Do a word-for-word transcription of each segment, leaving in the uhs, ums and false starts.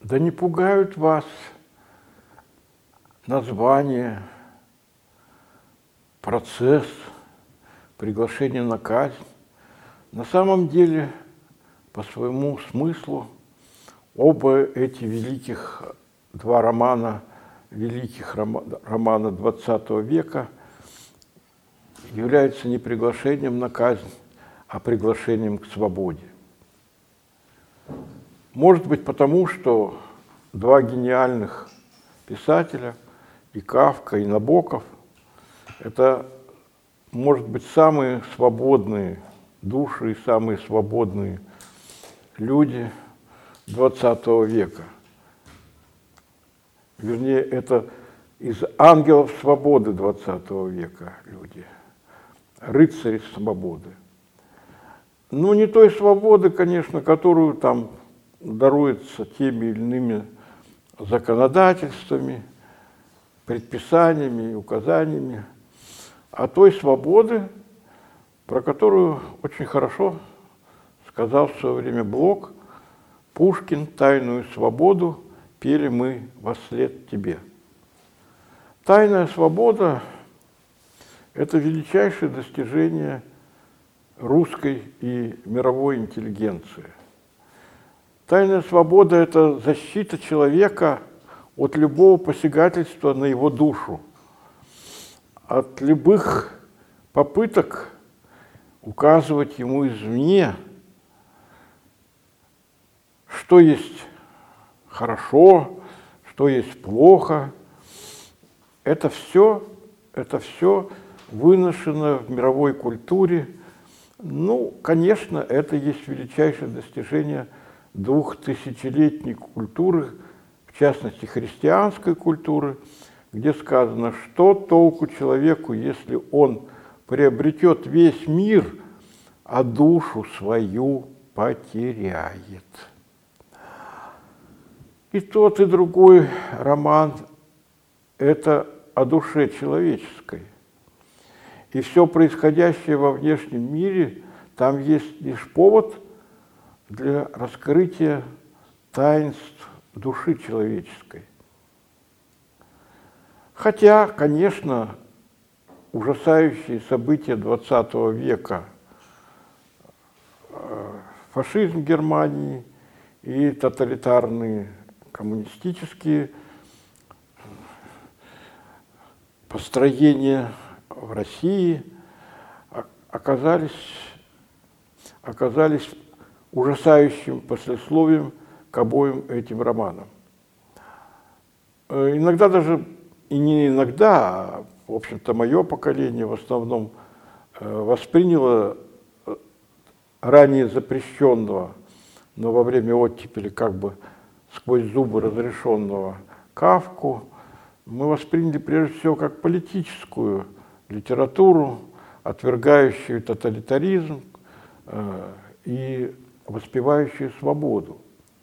Да не пугают вас название, процесс, приглашение на казнь. На самом деле, по своему смыслу, оба эти великих два романа, великих романа двадцатого века являются не приглашением на казнь, а приглашением к свободе. Может быть, потому что два гениальных писателя, и Кафка, и Набоков, это, может быть, самые свободные души и самые свободные люди двадцатого века. Вернее, это из ангелов свободы двадцатого века люди, рыцари свободы. Ну, не той свободы, конечно, которую там даруется теми или иными законодательствами, предписаниями, указаниями, а той свободы, про которую очень хорошо сказал в свое время Блок: Пушкин: «Тайную свободу пели мы вослед тебе». Тайная свобода – это величайшее достижение русской и мировой интеллигенции. Тайная свобода – это защита человека от любого посягательства на его душу, от любых попыток указывать ему извне, что есть хорошо, что есть плохо. Это все, это все выношено в мировой культуре. Ну, конечно, это есть величайшее достижение двухтысячелетней культуры, в частности, христианской культуры, где сказано, что толку человеку, если он приобретет весь мир, а душу свою потеряет. И тот, и другой роман – это о душе человеческой. И все происходящее во внешнем мире, там есть лишь повод для раскрытия таинств души человеческой. Хотя, конечно, ужасающие события двадцатого века, фашизм Германии и тоталитарные коммунистические построения в России оказались, оказались ужасающим послесловием к обоим этим романам. Иногда даже, и не иногда, а, в общем-то, мое поколение в основном восприняло ранее запрещенного, но во время оттепели как бы сквозь зубы разрешенного Кафку, мы восприняли прежде всего как политическую литературу, отвергающую тоталитаризм э, и воспевающую свободу.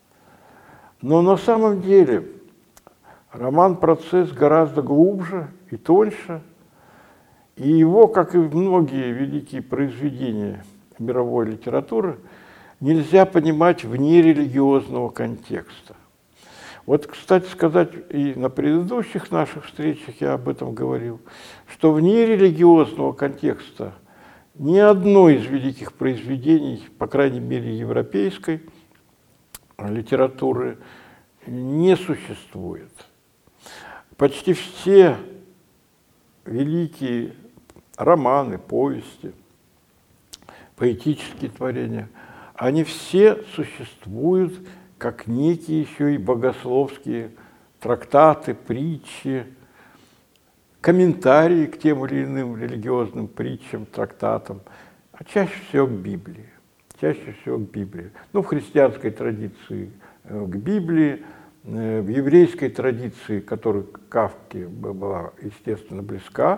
Но на самом деле роман «Процесс» гораздо глубже и тоньше, и его, как и многие великие произведения мировой литературы, нельзя понимать вне религиозного контекста. Вот, кстати сказать, и на предыдущих наших встречах я об этом говорил, что вне религиозного контекста ни одно из великих произведений, по крайней мере, европейской литературы, не существует. Почти все великие романы, повести, поэтические творения, они все существуют как некие еще и богословские трактаты, притчи, комментарии к тем или иным религиозным притчам, трактатам, а чаще всего к Библии. Чаще всего к Библии. Ну, в христианской традиции к Библии, в еврейской традиции, которая Кафке была, естественно, близка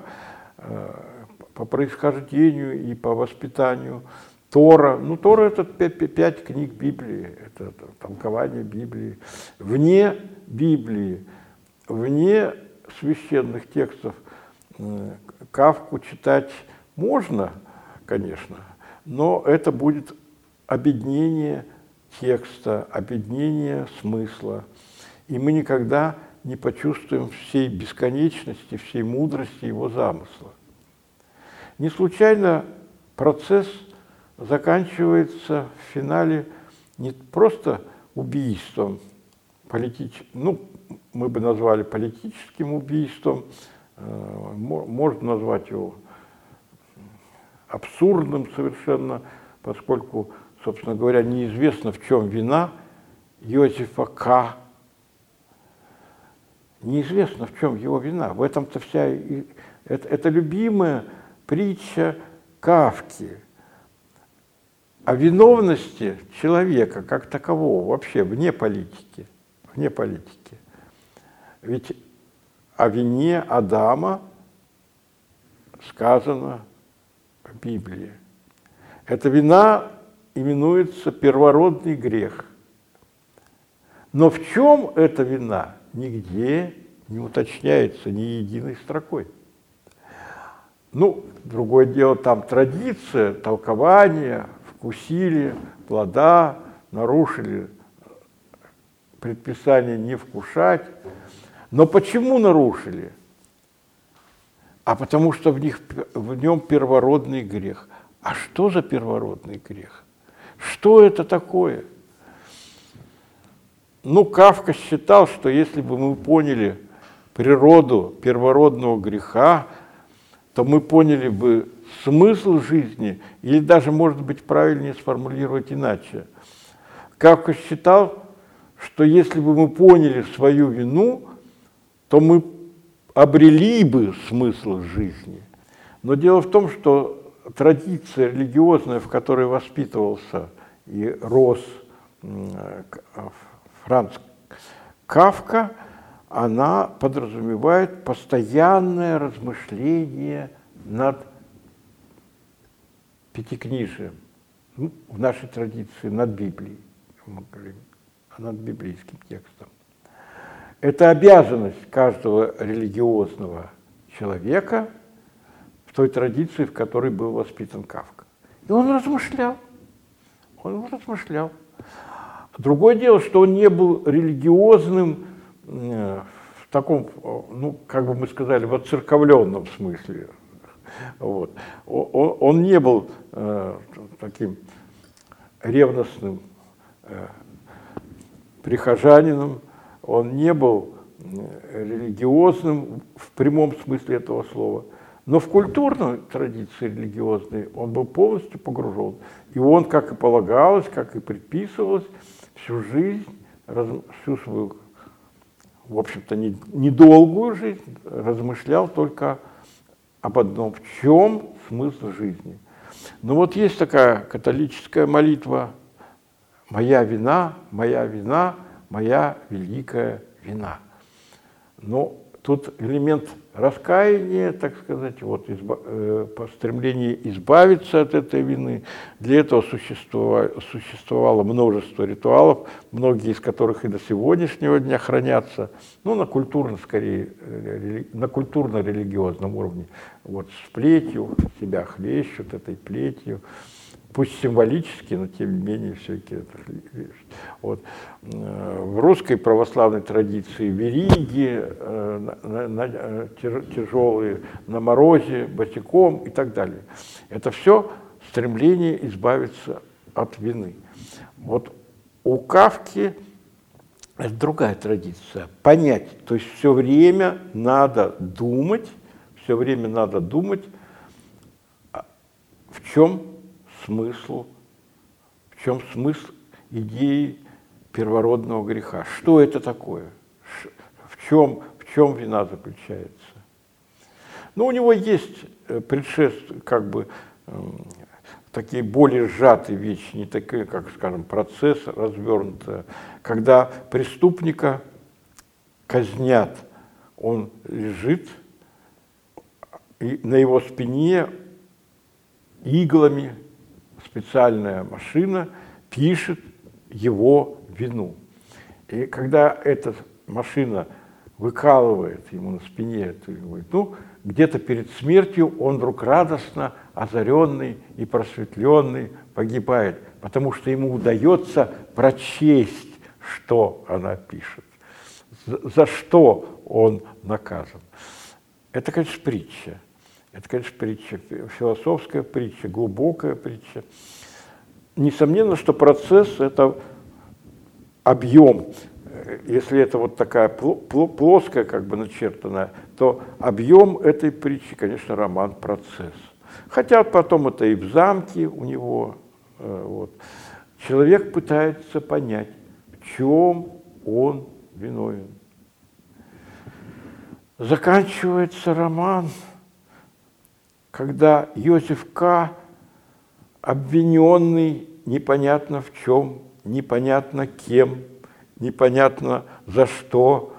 по происхождению и по воспитанию, Тора. Ну, Тора – это пять книг Библии, это толкование Библии. Вне Библии, вне священных текстов Кафку читать можно, конечно, но это будет обеднение текста, обеднение смысла. и мы никогда не почувствуем всей бесконечности, всей мудрости его замысла. Не случайно процесс заканчивается в финале не просто убийством, политич... ну, мы бы назвали политическим убийством, можно назвать его абсурдным совершенно, поскольку, собственно говоря, неизвестно, в чем вина Йозефа К. Неизвестно, в чем его вина. В этом-то вся... И... Это, это любимая притча Кафки о виновности человека как такового, вообще вне политики. Вне политики. Ведь о вине Адама сказано в Библии. Эта вина именуется первородный грех. Но в чем эта вина, нигде не уточняется ни единой строкой. Ну, другое дело, там традиция, толкование, вкусили плода, нарушили предписание не вкушать. Но почему нарушили? А потому что в, них, в нем первородный грех. А что за первородный грех? Что это такое? Ну, Кафка считал, что если бы мы поняли природу первородного греха, то мы поняли бы смысл жизни, или даже, может быть, правильнее сформулировать иначе. Кафка считал, что если бы мы поняли свою вину, то мы обрели бы смысл жизни. Но дело в том, что традиция религиозная, в которой воспитывался и рос Франц Кафка, она подразумевает постоянное размышление над пятикнижием, ну, в нашей традиции над Библией, мы говорим, над библейским текстом. Это обязанность каждого религиозного человека в той традиции, в которой был воспитан Кафка. И он размышлял, он размышлял. Другое дело, что он не был религиозным в таком, ну, как бы мы сказали, в отцерковленном смысле. Вот. Он, он не был э, таким ревностным э, прихожанином, он не был религиозным в прямом смысле этого слова, но в культурной традиции религиозной он был полностью погружен. И он, как и полагалось, как и предписывалось, всю жизнь, всю свою, в общем-то, недолгую жизнь размышлял только об одном, в чем смысл жизни. Ну вот есть такая католическая молитва «Моя вина, моя вина, моя великая вина». Но тут элемент раскаяния, так сказать, вот, изба- э, по стремлению избавиться от этой вины. Для этого существовало, существовало множество ритуалов, многие из которых и до сегодняшнего дня хранятся, ну, на культурно, скорее, рели, на культурно-религиозном уровне. Вот с плетью, себя хлещут этой плетью, пусть символически, но тем не менее все-таки это вот. В русской православной традиции вериги на, на, тяжелые на морозе, босиком и так далее. Это все стремление избавиться от вины. Вот у Кафки это другая традиция. Понять, то есть все время надо думать, все время надо думать, в чем смысл, в чем смысл идеи первородного греха. Что это такое? В чем, в чем вина заключается? Ну, у него есть предшествие, как бы, э, такие более сжатые вещи, не такие, как, скажем, процесс развернутый, когда преступника казнят, он лежит, и на его спине иглами специальная машина пишет его вину. И когда эта машина выкалывает ему на спине эту вину, где-то перед смертью он вдруг радостно, озаренный и просветленный погибает, потому что ему удается прочесть, что она пишет. за что он наказан. Это, конечно, притча. Это, конечно, притча, философская притча, глубокая притча. Несомненно, что процесс – это объем. Если это вот такая плоская, как бы начертанная, то объем этой притчи, конечно, роман «Процесс». Хотя потом это и в замке у него. Вот. Человек пытается понять, в чем он виновен. Заканчивается роман, когда Йозеф К., обвиненный непонятно в чем, непонятно кем, непонятно за что,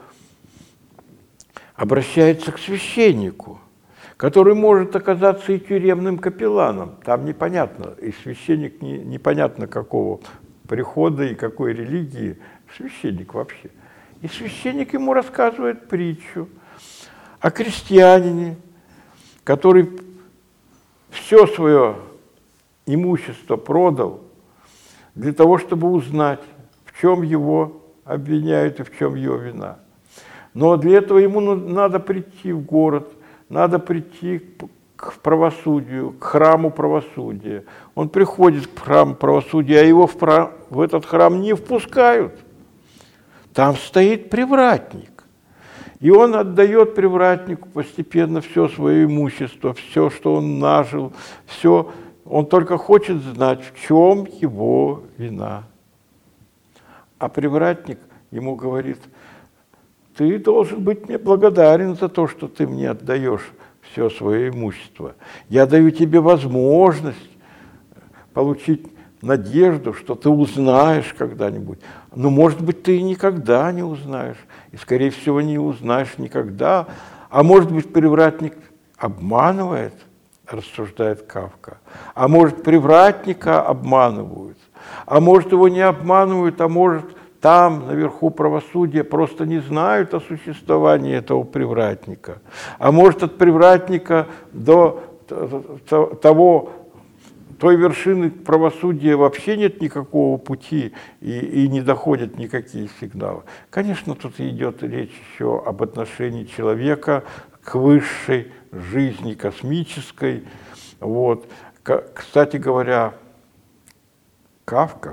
обращается к священнику, который может оказаться и тюремным капелланом. Там непонятно, и священник не, непонятно какого прихода и какой религии, священник вообще. И священник ему рассказывает притчу о крестьянине, который все свое имущество продал для того, чтобы узнать, в чем его обвиняют и в чем его вина. Но для этого ему надо прийти в город, надо прийти к правосудию, к храму правосудия. Он приходит к храму правосудия, а его в, прав... в этот храм не впускают. Там стоит привратник. И он отдает привратнику постепенно все свое имущество, все, что он нажил, все. Он только хочет знать, в чем его вина. А привратник ему говорит: ты должен быть мне благодарен за то, что ты мне отдаешь все свое имущество. Я даю тебе возможность получить надежду, что ты узнаешь когда-нибудь. Но, может быть, ты и никогда не узнаешь. И, скорее всего, не узнаешь никогда. А может быть, привратник обманывает, рассуждает Кафка. А может, привратника обманывают. А может, его не обманывают, а может, там, наверху правосудия, просто не знают о существовании этого привратника. А может, от привратника до того, той вершины правосудия вообще нет никакого пути и, и не доходят никакие сигналы. Конечно, тут идет речь еще об отношении человека к высшей жизни космической. Вот. Кстати говоря, Кафка,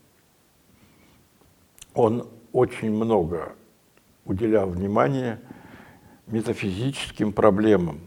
он очень много уделял внимания метафизическим проблемам.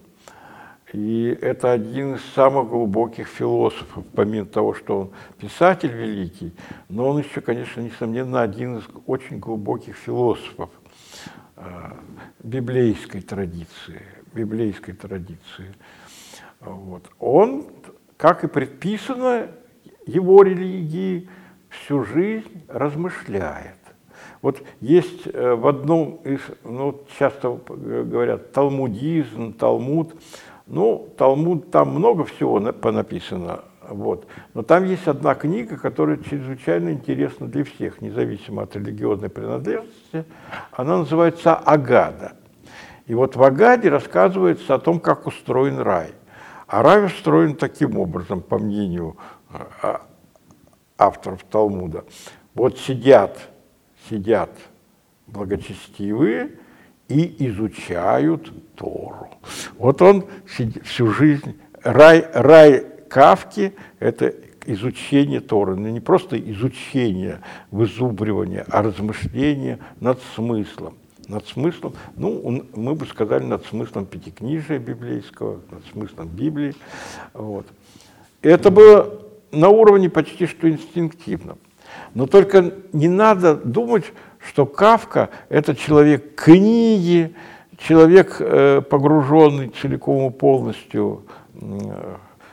И это один из самых глубоких философов, помимо того, что он писатель великий, но он еще, конечно, несомненно, один из очень глубоких философов э, библейской традиции. Библейской традиции. Вот. Он, как и предписано его религии, всю жизнь размышляет. Вот есть в одном из, ну, часто говорят, талмудизм, талмуд. Ну, Талмуд, там много всего понаписано, вот. Но там есть одна книга, которая чрезвычайно интересна для всех, независимо от религиозной принадлежности. Она называется «Агада». И вот в Агаде рассказывается о том, как устроен рай. А рай устроен таким образом, по мнению авторов Талмуда. Вот сидят, сидят благочестивые и изучают Тору. Вот он всю жизнь, рай, рай Кафки – это изучение Торы, но не просто изучение, вызубривание, а размышление над смыслом. Над смыслом, ну, он, мы бы сказали, над смыслом пятикнижия библейского, над смыслом Библии. Вот. Это было на уровне почти что инстинктивном. Но только не надо думать, что Кафка – это человек книги, человек, погруженный целиком и полностью в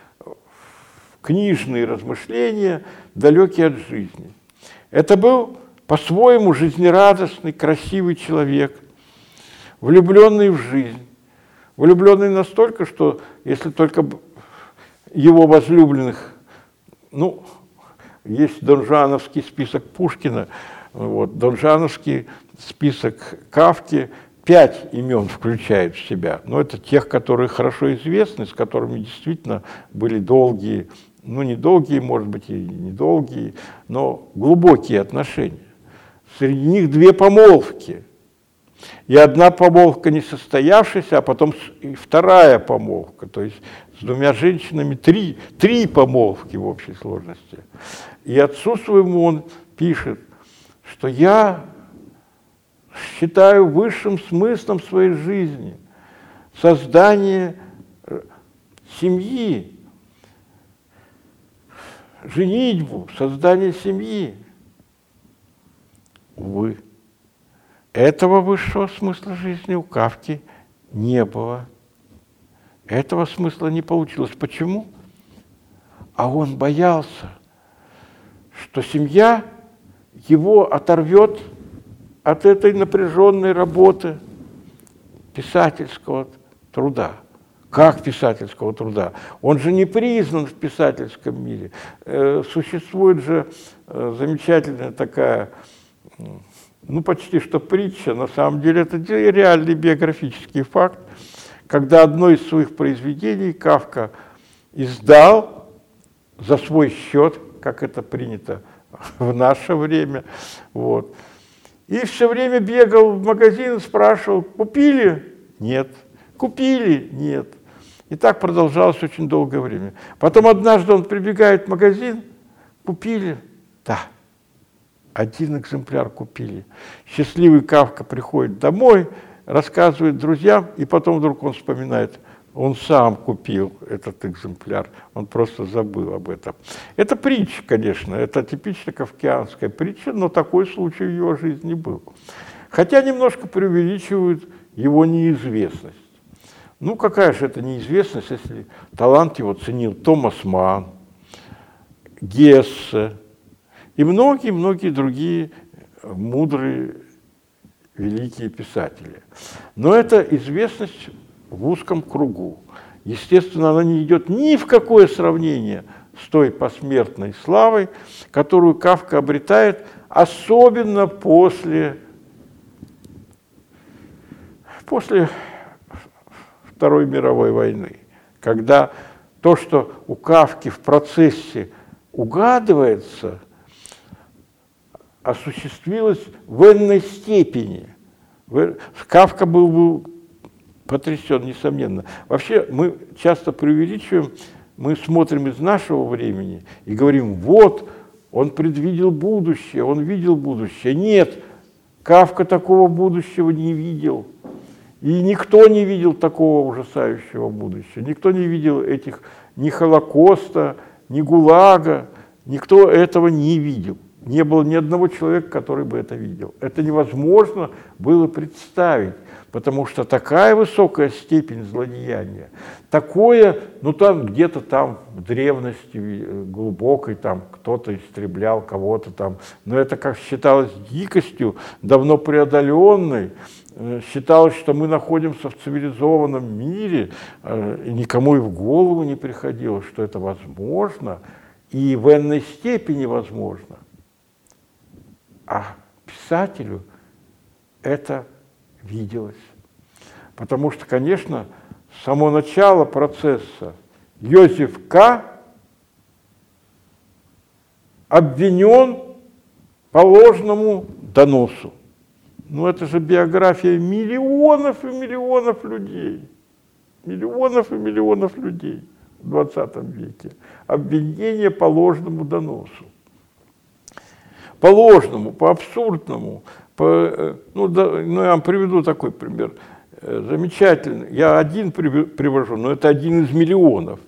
книжные размышления, далекий от жизни. Это был по-своему жизнерадостный, красивый человек, влюбленный в жизнь, влюбленный настолько, что если только его возлюбленных, ну, есть донжановский список Пушкина, вот, донжановский список Кафки, пять имен включает в себя, но это тех, которые хорошо известны, с которыми действительно были долгие, ну, недолгие, может быть, и недолгие, но глубокие отношения. Среди них две помолвки. И одна помолвка не состоявшаяся, а потом и вторая помолвка, то есть с двумя женщинами три, три помолвки в общей сложности. И отцу своему он пишет, что я считаю высшим смыслом своей жизни создание семьи, женитьбу, создание семьи. Увы, этого высшего смысла жизни у Кафки не было. Этого смысла не получилось. Почему? А он боялся, что семья его оторвет от этой напряженной работы писательского труда. Как писательского труда? Он же не признан в писательском мире. Э, существует же э, замечательная такая, ну почти что притча, на самом деле это реальный биографический факт, когда одно из своих произведений Кафка издал за свой счет, как это принято в наше время, вот. И все время бегал в магазин и спрашивал, купили? Нет. Купили? Нет. И так продолжалось очень долгое время. Потом однажды он прибегает в магазин, купили? Да. Один экземпляр купили. Счастливый Кафка приходит домой, рассказывает друзьям, и потом вдруг он вспоминает, он сам купил этот экземпляр, он просто забыл об этом. Это притча, конечно, это типично кафкианская притча, но такой случай в его жизни был. Хотя немножко преувеличивают его неизвестность. Ну, какая же это неизвестность, если талант его ценил Томас Манн, Гессе и многие-многие другие мудрые, великие писатели. Но это известность в узком кругу. Естественно, она не идет ни в какое сравнение с той посмертной славой, которую Кафка обретает, особенно после, после Второй мировой войны, когда то, что у Кафки в процессе угадывается, осуществилось в энной степени. Кафка был бы потрясен, несомненно. Вообще, мы часто преувеличиваем, мы смотрим из нашего времени и говорим, вот, он предвидел будущее, он видел будущее. Нет, Кафка такого будущего не видел. И никто не видел такого ужасающего будущего. Никто не видел этих ни Холокоста, ни ГУЛАГа. Никто этого не видел. Не было ни одного человека, который бы это видел. Это невозможно было представить, потому что такая высокая степень злодеяния, такое, ну там где-то там в древности глубокой там кто-то истреблял кого-то там, но это как считалось дикостью, давно преодоленной, считалось, что мы находимся в цивилизованном мире, и никому и в голову не приходило, что это возможно, и в энной степени возможно. А писателю это виделось. Потому что, конечно, с самого начала процесса Йозеф К. обвинен по ложному доносу. Ну, это же биография миллионов и миллионов людей. Миллионов и миллионов людей в двадцатом веке. Обвинение по ложному доносу. По ложному, по абсурдному. По, ну, да, ну, я вам приведу такой пример. Замечательный. Я один привожу, но это один из миллионов.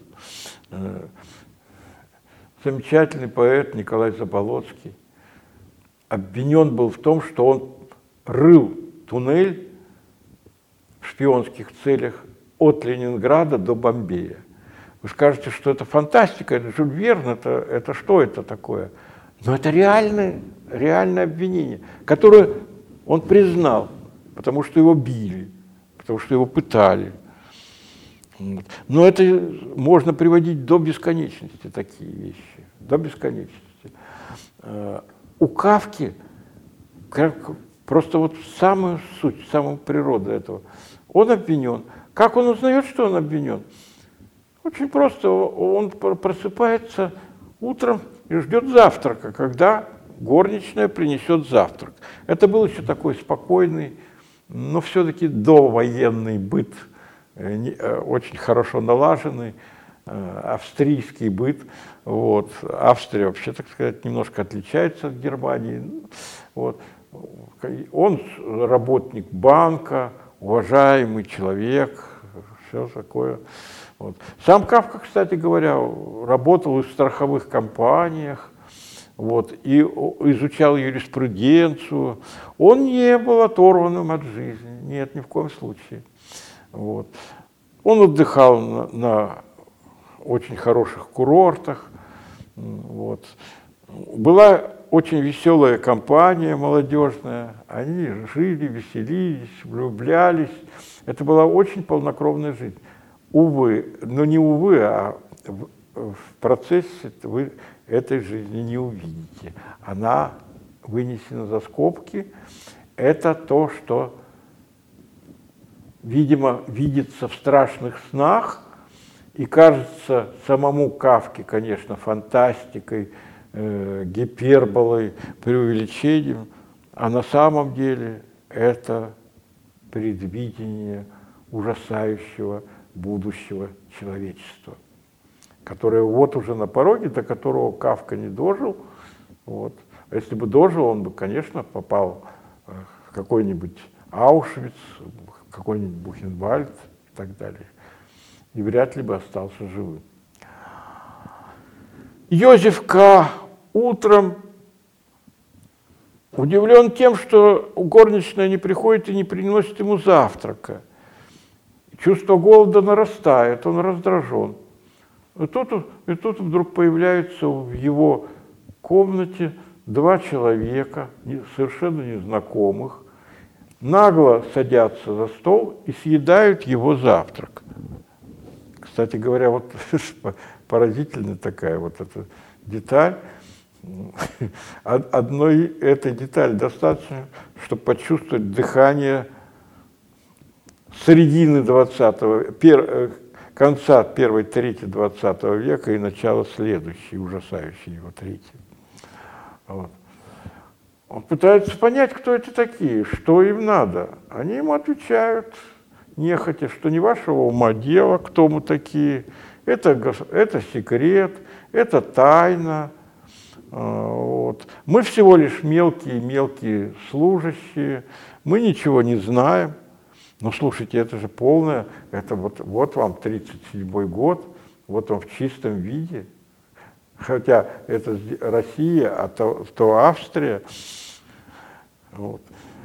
Замечательный поэт Николай Заболоцкий обвинен был в том, что он рыл туннель в шпионских целях от Ленинграда до Бомбея. Вы скажете, что это фантастика, это Жюль Верн, это, это что это такое? Но это реальное, реальное обвинение, которое он признал, потому что его били, потому что его пытали. Но это можно приводить до бесконечности, такие вещи, до бесконечности. У Кафки как, просто вот самую суть, самую природу этого. Он обвинен. Как он узнает, что он обвинен? Очень просто. Он просыпается утром и ждет завтрака, когда горничная принесет завтрак. Это был еще такой спокойный, но все-таки довоенный быт, очень хорошо налаженный, австрийский быт. Вот. Австрия вообще, так сказать, немножко отличается от Германии. Вот. Он работник банка, уважаемый человек, все такое. Вот. Сам Кафка, кстати говоря, работал и в страховых компаниях, вот, и изучал юриспруденцию. Он не был оторванным от жизни, нет, ни в коем случае. Вот. Он отдыхал на, на очень хороших курортах. Вот. Была очень веселая компания молодежная. Они жили, веселились, влюблялись. Это была очень полнокровная жизнь. Увы, но не увы, а в, в процессе вы этой жизни не увидите. Она вынесена за скобки. Это то, что, видимо, видится в страшных снах и кажется самому Кафке, конечно, фантастикой, э, гиперболой, преувеличением, а на самом деле это предвидение ужасающего будущего человечества, которое вот уже на пороге, до которого Кафка не дожил. Вот. А если бы дожил, он бы, конечно, попал в какой-нибудь Аушвиц, в какой-нибудь Бухенвальд и так далее. И вряд ли бы остался живым. Йозеф К. утром удивлен тем, что горничная не приходит и не приносит ему завтрака. Чувство голода нарастает, он раздражен. И тут, и тут вдруг появляются в его комнате два человека, совершенно незнакомых, нагло садятся за стол и съедают его завтрак. Кстати говоря, вот поразительная такая вот эта деталь. Одной этой детали достаточно, чтобы почувствовать дыхание середины двадцатого, пер, конца первой трети двадцатого века и начала следующей, ужасающей его трети. Вот. Он пытается понять, кто это такие, что им надо. Они ему отвечают нехотя, что не вашего ума дело, кто мы такие. Это, это секрет, это тайна. Вот. Мы всего лишь мелкие-мелкие служащие, мы ничего не знаем. Но слушайте, это же полное, это вот, вот вам тридцать седьмой год, вот он в чистом виде. Хотя это Россия, а то, то Австрия. Вот.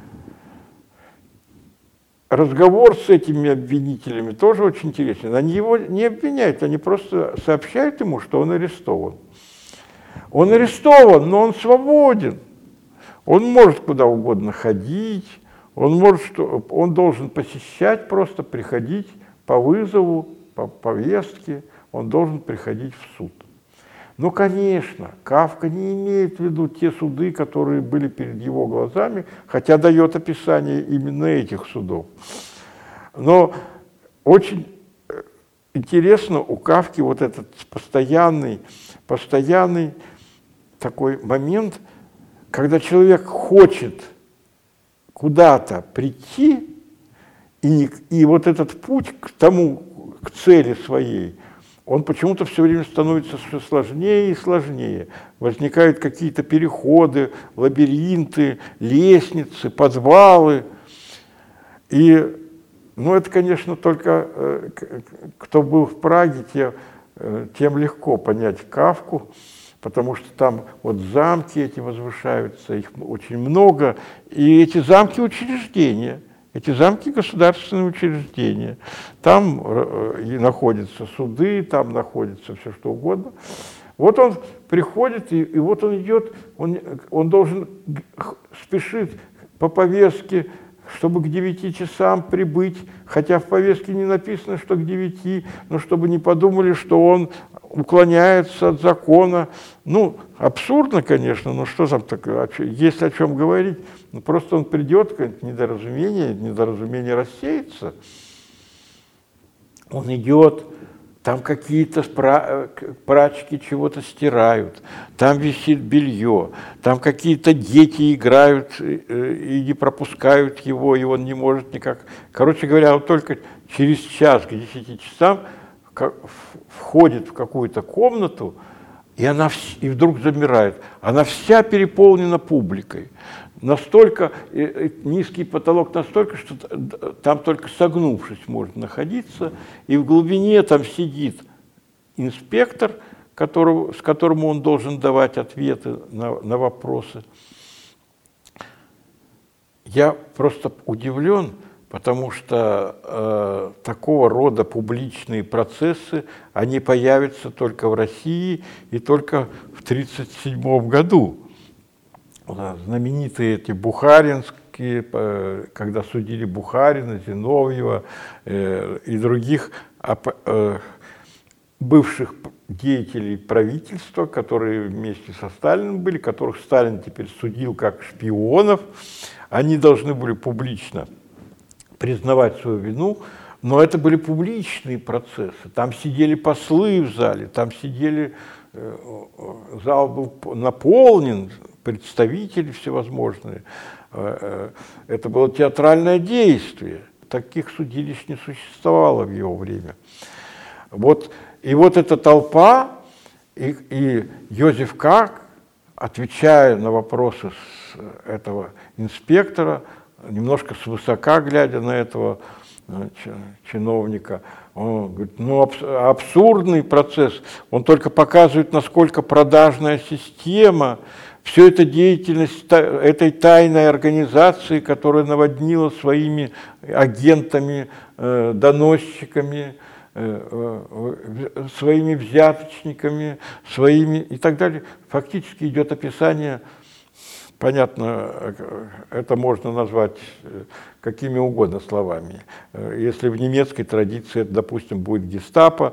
Разговор с этими обвинителями тоже очень интересен. Они его не обвиняют, они просто сообщают ему, что он арестован. Он арестован, но он свободен. Он может куда угодно ходить. Он, может, что, он должен посещать, просто приходить по вызову, по повестке, он должен приходить в суд. Ну, конечно, Кафка не имеет в виду те суды, которые были перед его глазами, хотя дает описание именно этих судов. Но очень интересно у Кафки вот этот постоянный, постоянный такой момент, когда человек хочет куда-то прийти, и, и вот этот путь к тому, к цели своей, он почему-то все время становится все сложнее и сложнее. Возникают какие-то переходы, лабиринты, лестницы, подвалы. И, ну, это, конечно, только кто был в Праге, тем, тем легко понять Кафку, потому что там вот замки эти возвышаются, их очень много, и эти замки учреждения, эти замки государственные учреждения. Там э, находятся суды, там находится все что угодно. Вот он приходит, и, и вот он идет, он, он должен спешить по повестке, чтобы к девяти часам прибыть, хотя в повестке не написано, что к девяти, но чтобы не подумали, что он уклоняется от закона. Ну, абсурдно, конечно, но что там такое, есть о чем говорить. Ну, просто он придет, недоразумение, недоразумение рассеется. Он идет там какие-то прачки чего-то стирают, там висит белье, там какие-то дети играют и не пропускают его, и он не может никак. Короче говоря, он только через час к десяти часам входит в какую-то комнату, и она и вдруг замирает. Она вся переполнена публикой. Настолько низкий потолок, настолько, что там только согнувшись можно находиться, и в глубине там сидит инспектор, которого, с которым он должен давать ответы на, на вопросы. Я просто удивлен, потому что э, такого рода публичные процессы, они появятся только в России и только в тридцать седьмом году. Знаменитые эти бухаринские, когда судили Бухарина, Зиновьева э, и других э, бывших деятелей правительства, которые вместе со Сталиным были, которых Сталин теперь судил как шпионов, они должны были публично признавать свою вину, но это были публичные процессы. Там сидели послы в зале, там сидели, э, зал был наполнен, представители всевозможные. Это было театральное действие. Таких судилищ не существовало в его время. Вот, и вот эта толпа, и, и Йозеф К., отвечая на вопросы с этого инспектора, немножко свысока глядя на этого чиновника, он говорит, ну, абсурдный процесс, он только показывает, насколько продажная система, все это деятельность этой тайной организации, которая наводнила своими агентами, э, доносчиками, э, э, своими взяточниками, своими и так далее. Фактически идет описание, понятно, это можно назвать какими угодно словами. Если в немецкой традиции это, допустим, будет гестапо,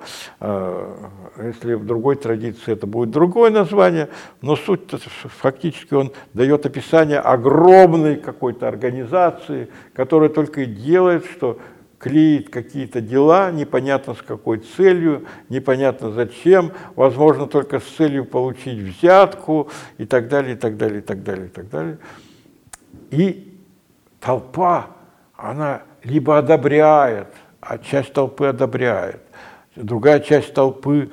если в другой традиции это будет другое название, но суть фактически он дает описание огромной какой-то организации, которая только и делает, что клеит какие-то дела, непонятно с какой целью, непонятно зачем, возможно, только с целью получить взятку и так далее, и так далее, и так далее, и так далее. И толпа, она либо одобряет, а часть толпы одобряет, другая часть толпы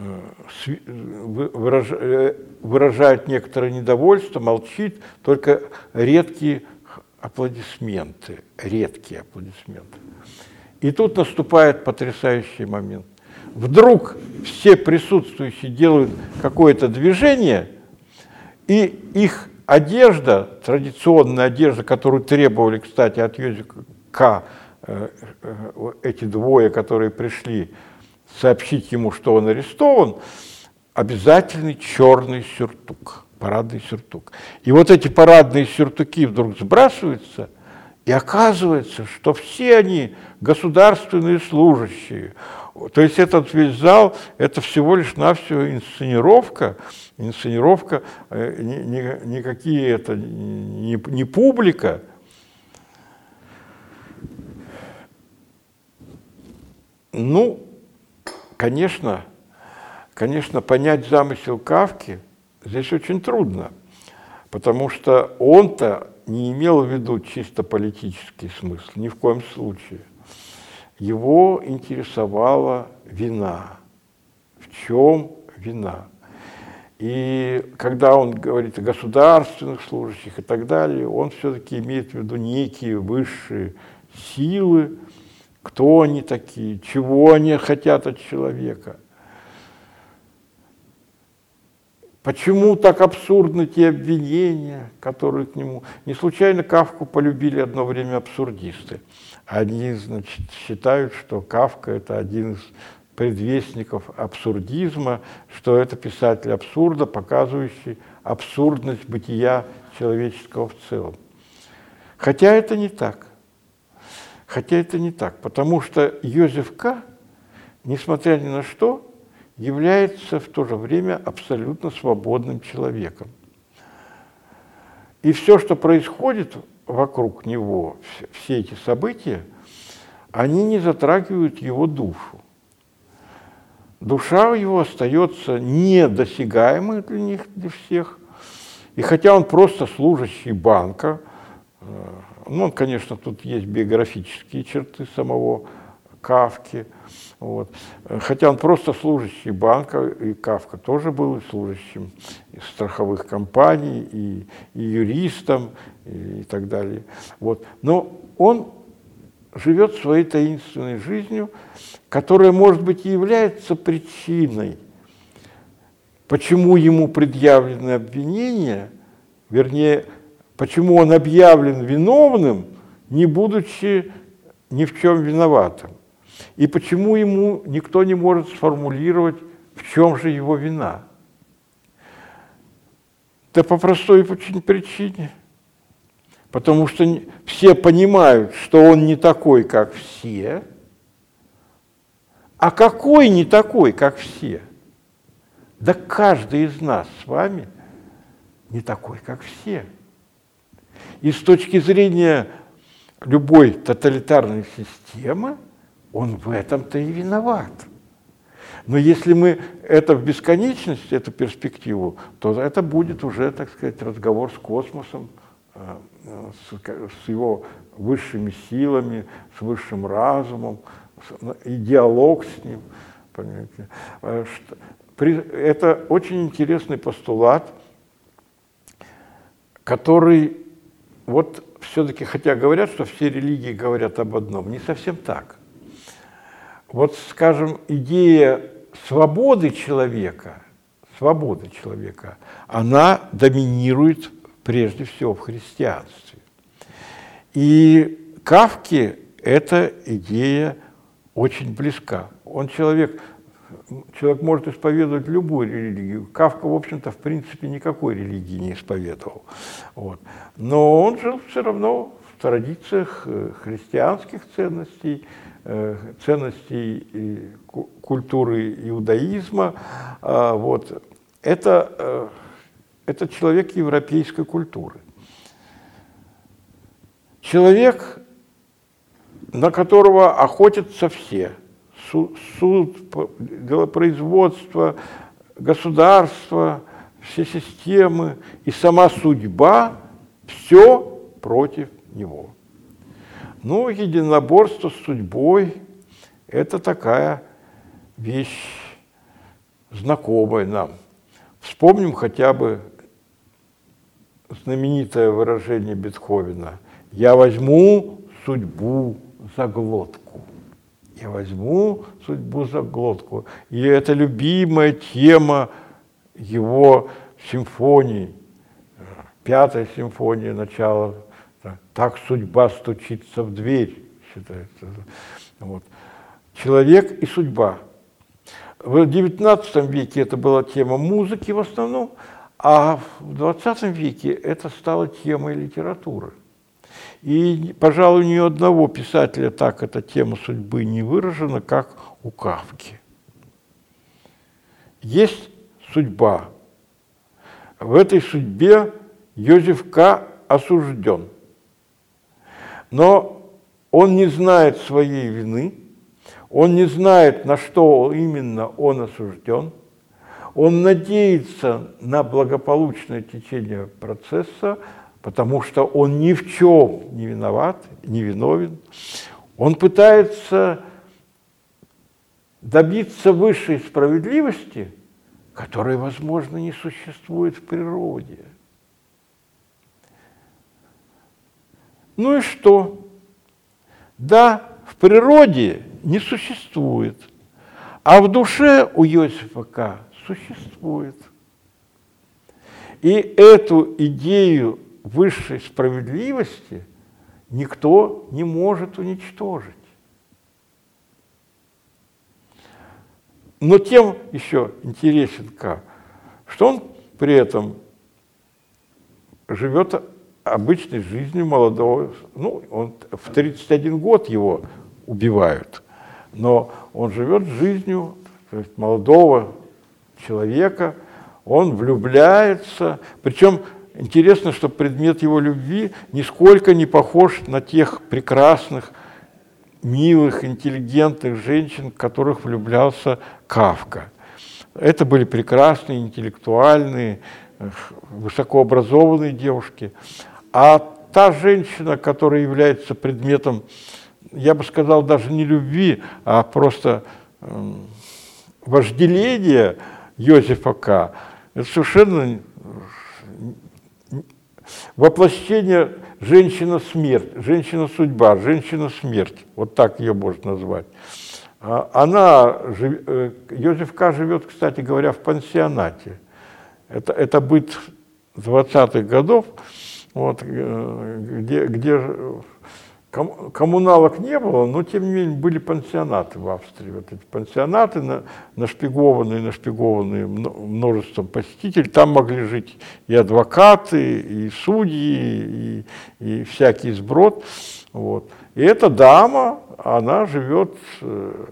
выражает некоторое недовольство, молчит, только редкие аплодисменты, редкие аплодисменты. И тут наступает потрясающий момент. Вдруг все присутствующие делают какое-то движение, и их одежда, традиционная одежда, которую требовали, кстати, от Йозефа К., эти двое, которые пришли сообщить ему, что он арестован, обязательный черный сюртук, парадный сюртук. И вот эти парадные сюртуки вдруг сбрасываются, и оказывается, что все они государственные служащие. То есть этот весь зал – это всего лишь навсего инсценировка, инсценировка, никакие это не, не публика. Ну, конечно, конечно, понять замысел Кафки здесь очень трудно, потому что он-то не имел в виду чисто политический смысл, ни в коем случае. Его интересовала вина. В чем вина? И когда он говорит о государственных служащих и так далее, он все-таки имеет в виду некие высшие силы, кто они такие, чего они хотят от человека. Почему так абсурдны те обвинения, которые к нему... Не случайно Кафку полюбили одно время абсурдисты. Они, значит, считают, что Кафка – это один из предвестников абсурдизма, что это писатель абсурда, показывающий абсурдность бытия человеческого в целом. Хотя это не так. Хотя это не так, потому что Йозеф К., несмотря ни на что, является в то же время абсолютно свободным человеком. И все, что происходит вокруг него, все эти события, они не затрагивают его душу. душа его остается недосягаемой для них, для всех. И хотя он просто служащий банка, ну, он, конечно, тут есть биографические черты самого Кафки, вот. Хотя он просто служащий банка, и Кафка тоже был служащим страховых компаний, и, и юристом, и, и так далее. Вот. Но он живет своей таинственной жизнью, которая, может быть, и является причиной, почему ему предъявлены обвинения, вернее, почему он объявлен виновным, не будучи ни в чем виноватым. И почему ему никто не может сформулировать, в чем же его вина. Да по простой очень причине. Потому что все понимают, что он не такой, как все. А какой не такой, как все? Да каждый из нас с вами не такой, как все. И с точки зрения любой тоталитарной системы, он в этом-то и виноват. Но если мы это в бесконечность, эту перспективу, то это будет уже, так сказать, разговор с космосом, с его высшими силами, с высшим разумом, и диалог с ним. Понимаете? Это очень интересный постулат, который, вот все-таки, хотя говорят, что все религии говорят об одном, не совсем так. Вот, скажем, идея свободы человека, свободы человека, она доминирует прежде всего в христианстве. И Кафке эта идея очень близка. Он человек, человек может исповедовать любую религию. Кафка, в общем-то, в принципе, никакой религии не исповедовал. Вот. Но он жил все равно в традициях христианских ценностей, ценностей культуры иудаизма. Вот. Это, это человек европейской культуры. Человек, на которого охотятся все. Суд, делопроизводство, государство, все системы и сама судьба, все против него. Ну, единоборство с судьбой – это такая вещь знакомая нам. Вспомним хотя бы знаменитое выражение Бетховена «Я возьму судьбу за глотку». Я возьму судьбу за глотку. И это любимая тема его симфоний. Пятая симфония, начало. Так судьба стучится в дверь, считается. Вот. Человек и судьба. В девятнадцатом веке это была тема музыки в основном, а в двадцатом веке это стало темой литературы. И, пожалуй, ни у одного писателя так эта тема судьбы не выражена, как у Кафки. Есть судьба. В этой судьбе Йозеф К. осужден. Но он не знает своей вины, он не знает, на что именно он осужден, он надеется на благополучное течение процесса, потому что он ни в чем не виноват, не виновен. Он пытается добиться высшей справедливости, которая, возможно, не существует в природе. Ну и что? Да, в природе не существует, а в душе у Йозефа К. существует. И эту идею высшей справедливости никто не может уничтожить. Но тем еще интересен К, что он при этом живет обычной жизнью молодого, ну, он в тридцать один год его убивают, но он живет жизнью, то есть молодого человека, он влюбляется, причем интересно, что предмет его любви нисколько не похож на тех прекрасных милых, интеллигентных женщин, в которых влюблялся Кафка. Это были прекрасные, интеллектуальные, высокообразованные девушки. А та женщина, которая является предметом, я бы сказал, даже не любви, а просто э, вожделения Йозефа К., это совершенно воплощение женщина-смерть, женщина-судьба, женщина-смерть. Вот так ее можно назвать. Она, Йозеф К. живет, кстати говоря, в пансионате. Это, это быт двадцатых годов, вот, где, где коммуналок не было, но тем не менее были пансионаты в Австрии. Вот эти пансионаты, нашпигованные, нашпигованные множеством посетителей. Там могли жить и адвокаты, и судьи, и, и всякий сброд. Вот. И эта дама, она живет э,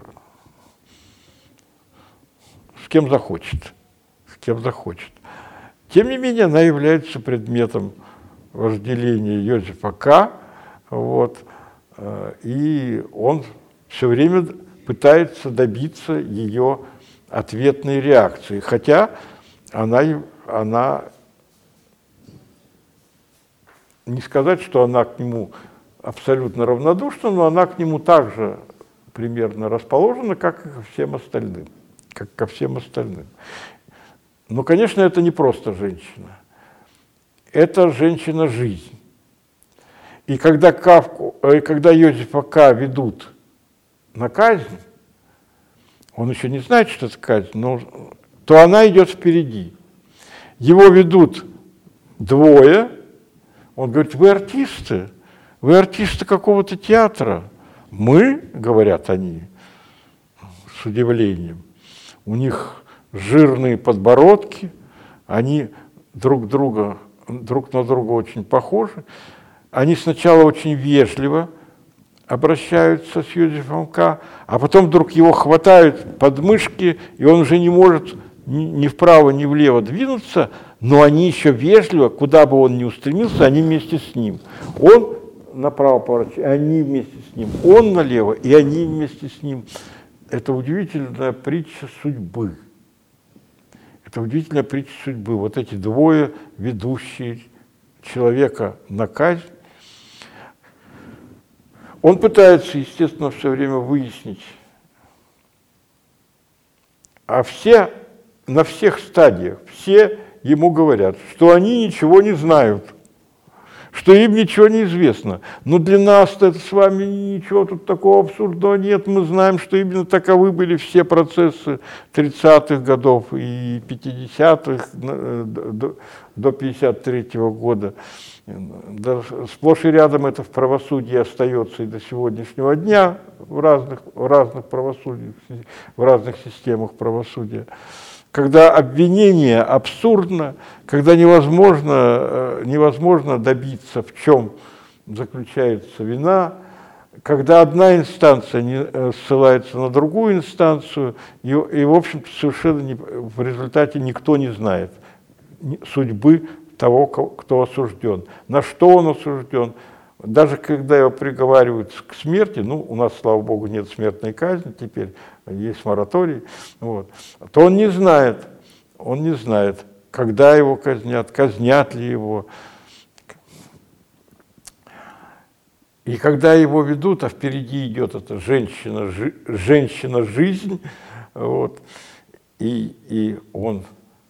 с кем захочет, с кем захочет. Тем не менее, она является предметом вожделения Йозефа К., вот, э, и он все время пытается добиться ее ответной реакции, хотя она, она не сказать, что она к нему абсолютно равнодушна, но она к нему также примерно расположена, как и ко всем остальным. Как ко всем остальным. Но, конечно, это не просто женщина. Это женщина-жизнь. И когда, Кафку, и когда Йозефа К. ведут на казнь, он еще не знает, что это казнь, но, то она идет впереди. Его ведут двое. Он говорит: вы артисты? Вы артисты какого-то театра. Мы, говорят они, с удивлением, у них жирные подбородки, они друг, друга, друг на друга очень похожи. Они сначала очень вежливо обращаются с Йозефом К., а потом вдруг его хватают под мышки, и он уже не может ни вправо, ни влево двинуться, но они еще вежливо, куда бы он ни устремился, они вместе с ним. Он направо поворачивает, и они вместе с ним. Он налево, и они вместе с ним. Это удивительная притча судьбы. Это удивительная притча судьбы. Вот эти двое, ведущие человека на казнь. Он пытается, естественно, все время выяснить, а все на всех стадиях, все ему говорят, что они ничего не знают, что им ничего не известно. Но для нас-то это с вами ничего тут такого абсурдного нет. Мы знаем, что именно таковы были все процессы тридцатых годов и пятидесятых до пятьдесят третьего года. Да, сплошь и рядом это в правосудии остается и до сегодняшнего дня в разных, в разных правосудиях, в разных системах правосудия. Когда обвинение абсурдно, когда невозможно, невозможно добиться, в чем заключается вина, когда одна инстанция не, ссылается на другую инстанцию, и, и в общем-то, совершенно не, в результате никто не знает судьбы того, кто осужден, на что он осужден. Даже когда его приговаривают к смерти, ну, у нас, слава богу, нет смертной казни теперь, есть мораторий, вот, то он не знает, он не знает, когда его казнят, казнят ли его. И когда его ведут, а впереди идет эта женщина, жи, женщина-жизнь, вот, и, и он,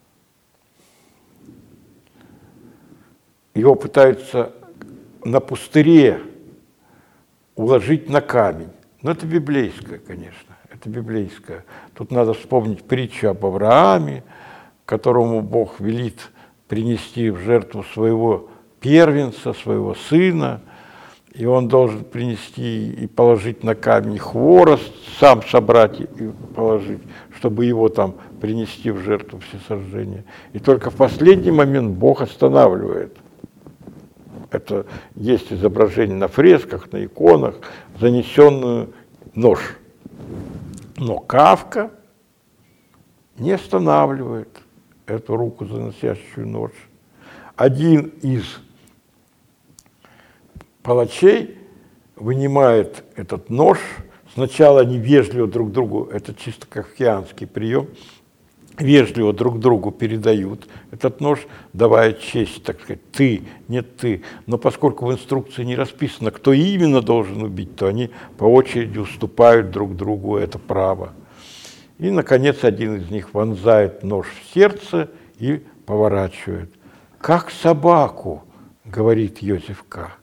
его пытаются на пустыре уложить на камень. Но это библейское, конечно, это библейское. Тут надо вспомнить притчу об Аврааме, которому Бог велит принести в жертву своего первенца, своего сына, и он должен принести и положить на камень хворост, сам собрать и положить, чтобы его там принести в жертву всесожжения. И только в последний момент Бог останавливает. Это есть изображение на фресках, на иконах, занесенную нож. Но Кафка не останавливает эту руку, заносящую нож. Один из палачей вынимает этот нож. Сначала они вежливо друг другу, это чисто кафкианский прием, вежливо друг другу передают этот нож, давая честь, так сказать, ты, нет ты. Но поскольку в инструкции не расписано, кто именно должен убить, то они по очереди уступают друг другу это право. И, наконец, один из них вонзает нож в сердце и поворачивает. «Как собаку», — говорит Йозеф К.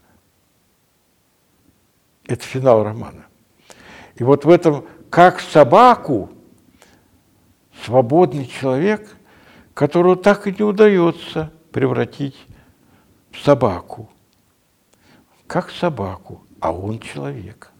Это финал романа. И вот в этом «как собаку» свободный человек, которого так и не удается превратить в собаку. Как собаку, а он человек.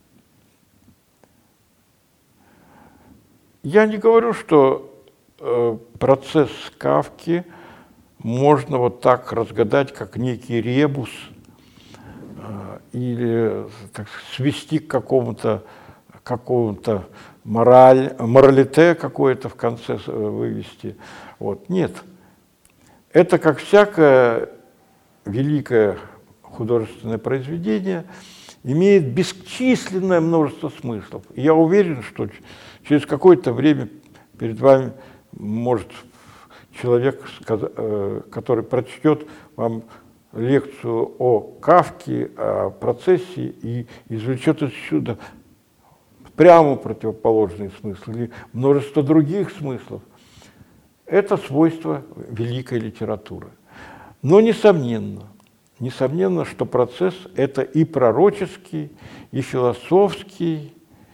Я не говорю, что э, процесс Кафки можно вот так разгадать, как некий ребус, э, или так, свести к какому-то какому-то мораль, моралите какое-то в конце вывести. Вот. Нет. Это, как всякое великое художественное произведение, имеет бесчисленное множество смыслов. И я уверен, что через какое-то время перед вами может человек, который прочтет вам лекцию о Кафке, о процессе и извлечет отсюда прямо противоположный смысл или множество других смыслов. Это свойство великой литературы. Но несомненно, несомненно, что процесс – это и пророческий, и философский,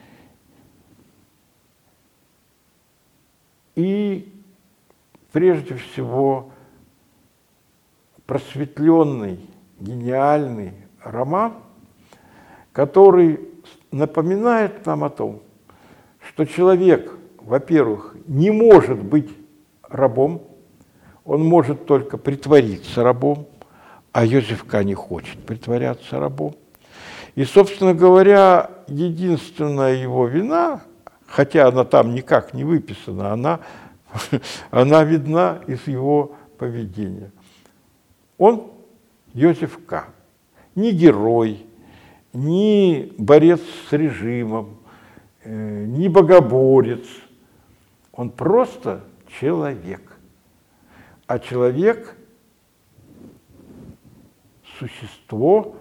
и прежде всего просветленный, гениальный роман, который напоминает нам о том, что человек, во-первых, не может быть рабом, он может только притвориться рабом, а Йозеф К. не хочет притворяться рабом. И, собственно говоря, единственная его вина, хотя она там никак не выписана, она, она видна из его поведения. Он Йозеф К. не герой, ни борец с режимом, э, ни богоборец. Он просто человек. А человек – существо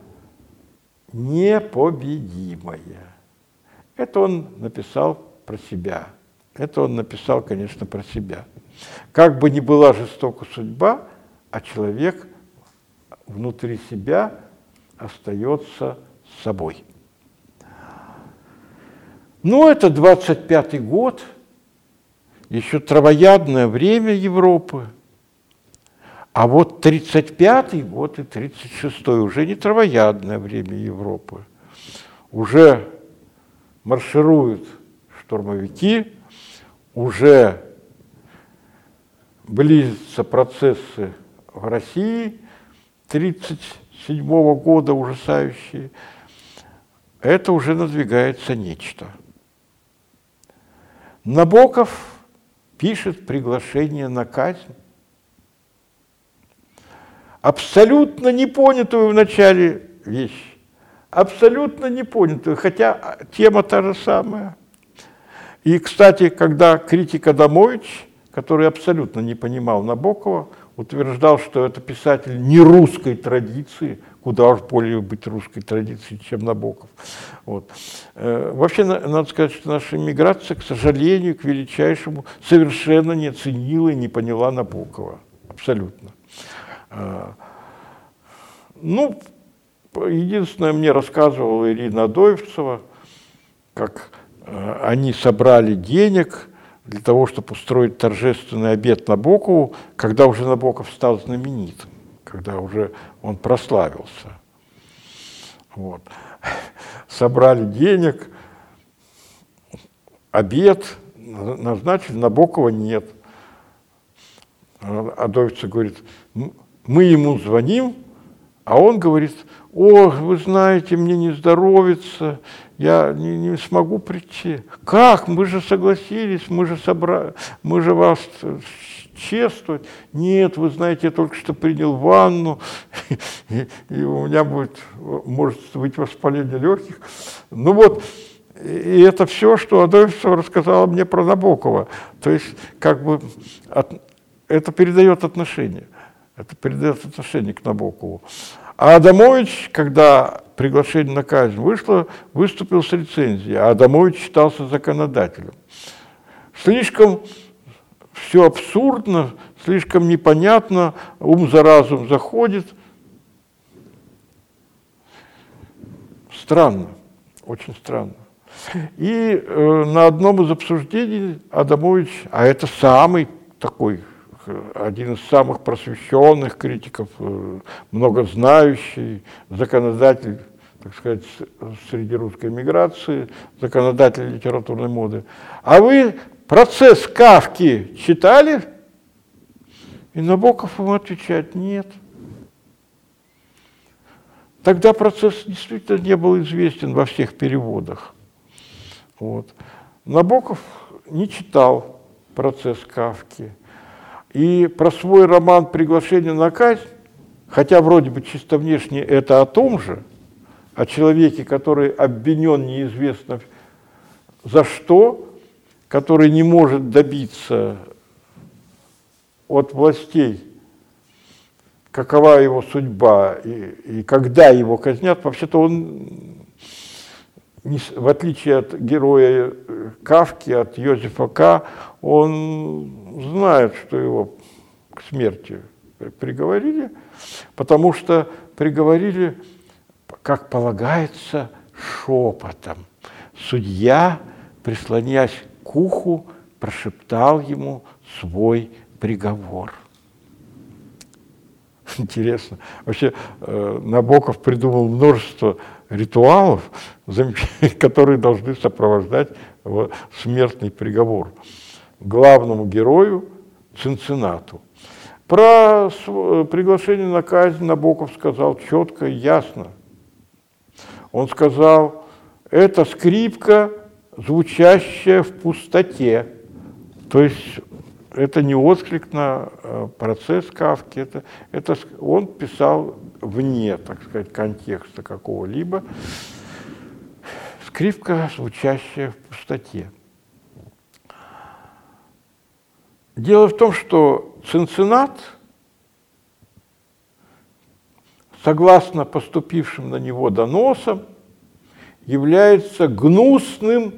непобедимое. Это он написал про себя. Это он написал, конечно, про себя. Как бы ни была жестока судьба, а человек внутри себя остается собой. Ну, это двадцать пятый год, еще травоядное время Европы. А вот тридцать пятый год и тридцать шестой уже не травоядное время Европы. Уже маршируют штурмовики, уже близятся процессы в России тридцать седьмого года ужасающие. Это уже надвигается нечто. Набоков пишет приглашение на казнь, абсолютно непонятую в начале вещь, абсолютно непонятую, хотя тема та же самая. И, кстати, когда критик Адамович, который абсолютно не понимал Набокова, утверждал, что это писатель не русской традиции, куда уж более быть русской традицией, чем Набоков. Вот. Вообще, надо сказать, что наша иммиграция, к сожалению, к величайшему, совершенно не оценила и не поняла Набокова. Абсолютно. Ну, единственное, мне рассказывала Ирина Адоевцева, как они собрали денег для того, чтобы устроить торжественный обед Набокову, когда уже Набоков стал знаменитым, когда уже он прославился. Вот. Собрали денег, обед назначили, Набокова нет. Адоевцев говорит, мы ему звоним, а он говорит, о, вы знаете, мне не здоровится, я не, не смогу прийти. Как? Мы же согласились, мы же собрали, мы же вас чествовать. Нет, вы знаете, я только что принял ванну, и, и у меня будет, может быть воспаление легких. Ну вот, и это все, что Адоевцева рассказала мне про Набокова. То есть, как бы, от, это передает отношение. Это передает отношение к Набокову. А Адамович, когда приглашение на казнь вышло, выступил с рецензией, а Адамович считался законодателем. Слишком все абсурдно, слишком непонятно, ум за разум заходит. Странно, очень странно. И э, на одном из обсуждений Адамович, а это самый такой, один из самых просвещенных критиков, э, многознающий законодатель, так сказать, среди русской эмиграции, законодатель литературной моды. А вы «Процесс Кафки» читали? И Набоков ему отвечает: нет. Тогда процесс действительно не был известен во всех переводах. Вот. Набоков не читал «Процесс Кафки». И про свой роман «Приглашение на казнь», хотя вроде бы чисто внешне это о том же, о человеке, который обвинен неизвестно за что, который не может добиться от властей, какова его судьба и, и когда его казнят. Вообще-то он, в отличие от героя Кафки, от Йозефа К., он знает, что его к смерти приговорили, потому что приговорили, как полагается, шепотом. Судья, прислонясь к уху, прошептал ему свой приговор. Интересно. Вообще Набоков придумал множество ритуалов, которые должны сопровождать смертный приговор главному герою Цинциннату. Про приглашение на казнь Набоков сказал четко и ясно. Он сказал: это скрипка, звучащая в пустоте. То есть это не отклик на процесс Кафки, это, это он писал вне, так сказать, контекста какого-либо. Скрипка, звучащая в пустоте. Дело в том, что Цинциннат, согласно поступившим на него доносам, является гнусным,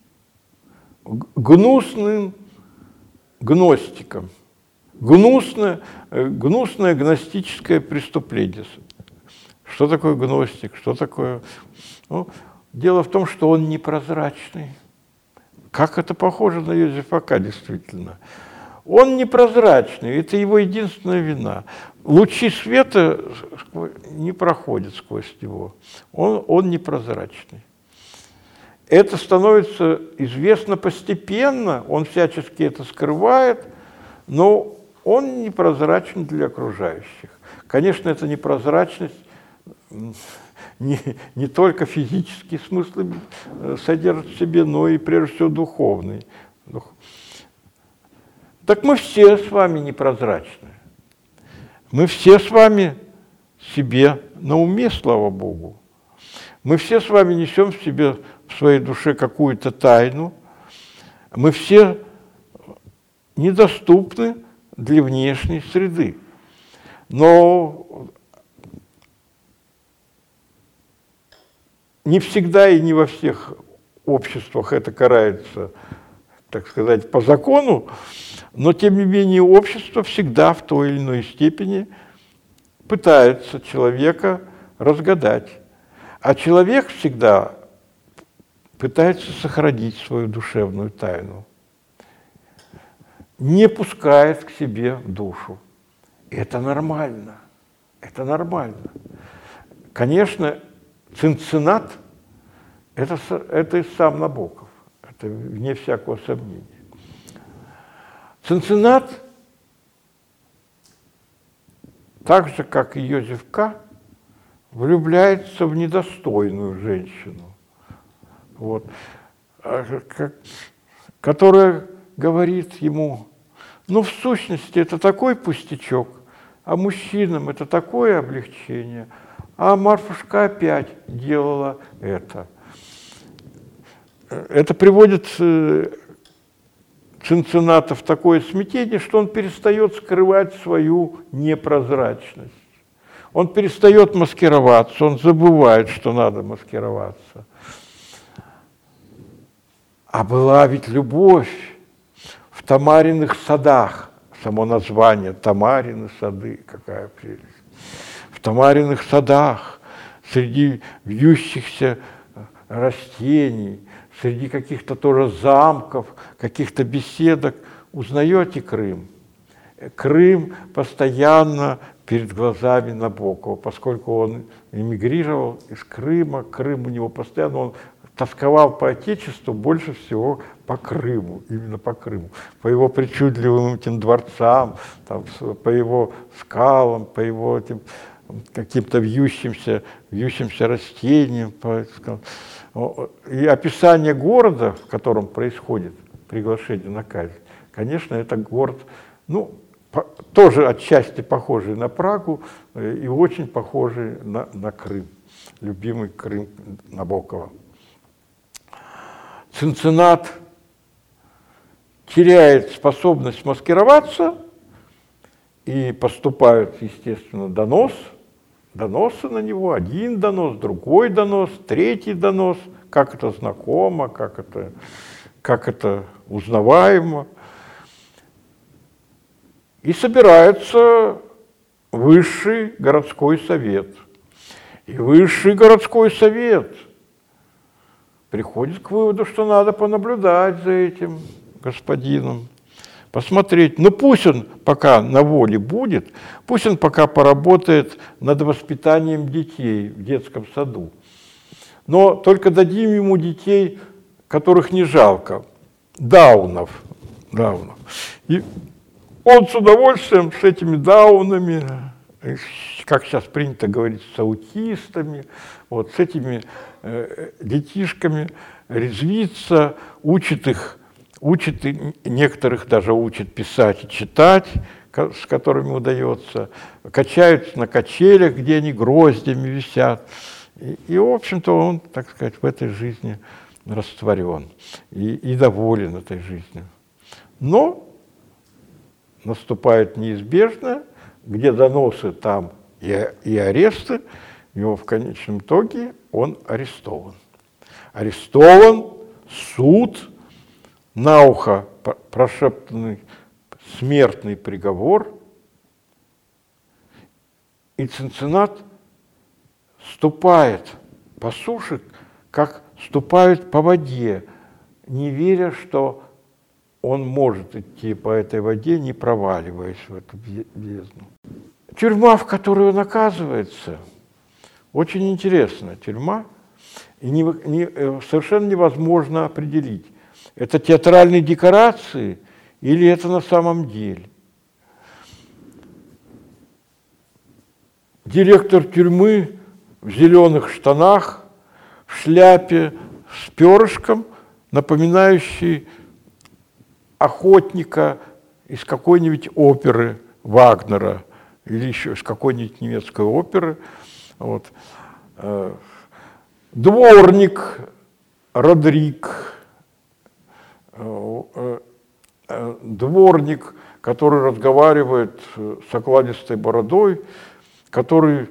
гнусным гностиком. Гнусное, гнусное гностическое преступление. Что такое гностик? Что такое? Ну, дело в том, что он непрозрачный. Как это похоже на Йозефа К., действительно. Он непрозрачный, это его единственная вина. Лучи света не проходят сквозь него. Он, он непрозрачный. Это становится известно постепенно, он всячески это скрывает, но он непрозрачен для окружающих. Конечно, эта непрозрачность не, не только физические смыслы содержит в себе, но и прежде всего духовный. Так мы все с вами непрозрачны. Мы все с вами себе на уме, слава Богу. Мы все с вами несем в себе, в своей душе какую-то тайну. Мы все недоступны для внешней среды. Но не всегда и не во всех обществах это карается, так сказать, по закону, но, тем не менее, общество всегда в той или иной степени пытается человека разгадать. А человек всегда пытается сохранить свою душевную тайну, не пускает к себе в душу. Это нормально, это нормально. Конечно, Цинциннат – это, это и сам Набоков, это вне всякого сомнения. Цинциннат, так же, как и Йозеф К., влюбляется в недостойную женщину, вот, которая говорит ему: Но в сущности это такой пустячок, а мужчинам это такое облегчение, а Марфушка опять делала это. Это приводит Цинцинната в такое смятение, что он перестает скрывать свою непрозрачность. Он перестает маскироваться, он забывает, что надо маскироваться. А была ведь любовь в Тамариных садах. Само название Тамарины сады, какая прелесть. В Тамариных садах, среди вьющихся растений, среди каких-то тоже замков, каких-то беседок, узнаете Крым. Крым постоянно перед глазами Набокова, поскольку он эмигрировал из Крыма, Крым у него постоянно, он тосковал по Отечеству больше всего по Крыму, именно по Крыму, по его причудливым этим дворцам, там, по его скалам, по его этим каким-то вьющимся, вьющимся растениям. По, и описание города, в котором происходит приглашение на казнь, конечно, это город, ну, по, тоже отчасти похожий на Прагу и очень похожий на, на Крым, любимый Крым Набокова. Цинциннат теряет способность маскироваться, и поступают, естественно, донос, доносы на него, один донос, другой донос, третий донос, как это знакомо, как это, как это узнаваемо. И собирается высший городской совет. И высший городской совет приходит к выводу, что надо понаблюдать за этим господином, посмотреть. Ну пусть он пока на воле будет, пусть он пока поработает над воспитанием детей в детском саду. Но только дадим ему детей, которых не жалко, даунов. даунов. И он с удовольствием с этими даунами, как сейчас принято говорить, с аутистами, вот, с этими э, детишками резвится, учит их, учит, и некоторых даже учит писать и читать, с которыми удается, качаются на качелях, где они гроздями висят. И, и в общем-то, он, так сказать, в этой жизни растворен и, и доволен этой жизнью. Но наступает неизбежное, где доносы, там и, и аресты, его в конечном итоге он арестован. Арестован, суд, на ухо прошептанный смертный приговор, и Цинциннат ступает по суше, как ступают по воде, не веря, что он может идти по этой воде, не проваливаясь в эту бездну. Тюрьма, в которой он оказывается, очень интересная тюрьма, и не, не, совершенно невозможно определить, это театральные декорации или это на самом деле. Директор тюрьмы в зеленых штанах, в шляпе с перышком, напоминающий охотника из какой-нибудь оперы Вагнера или еще из какой-нибудь немецкой оперы. Вот. Дворник Родрик, дворник, который разговаривает с окладистой бородой, который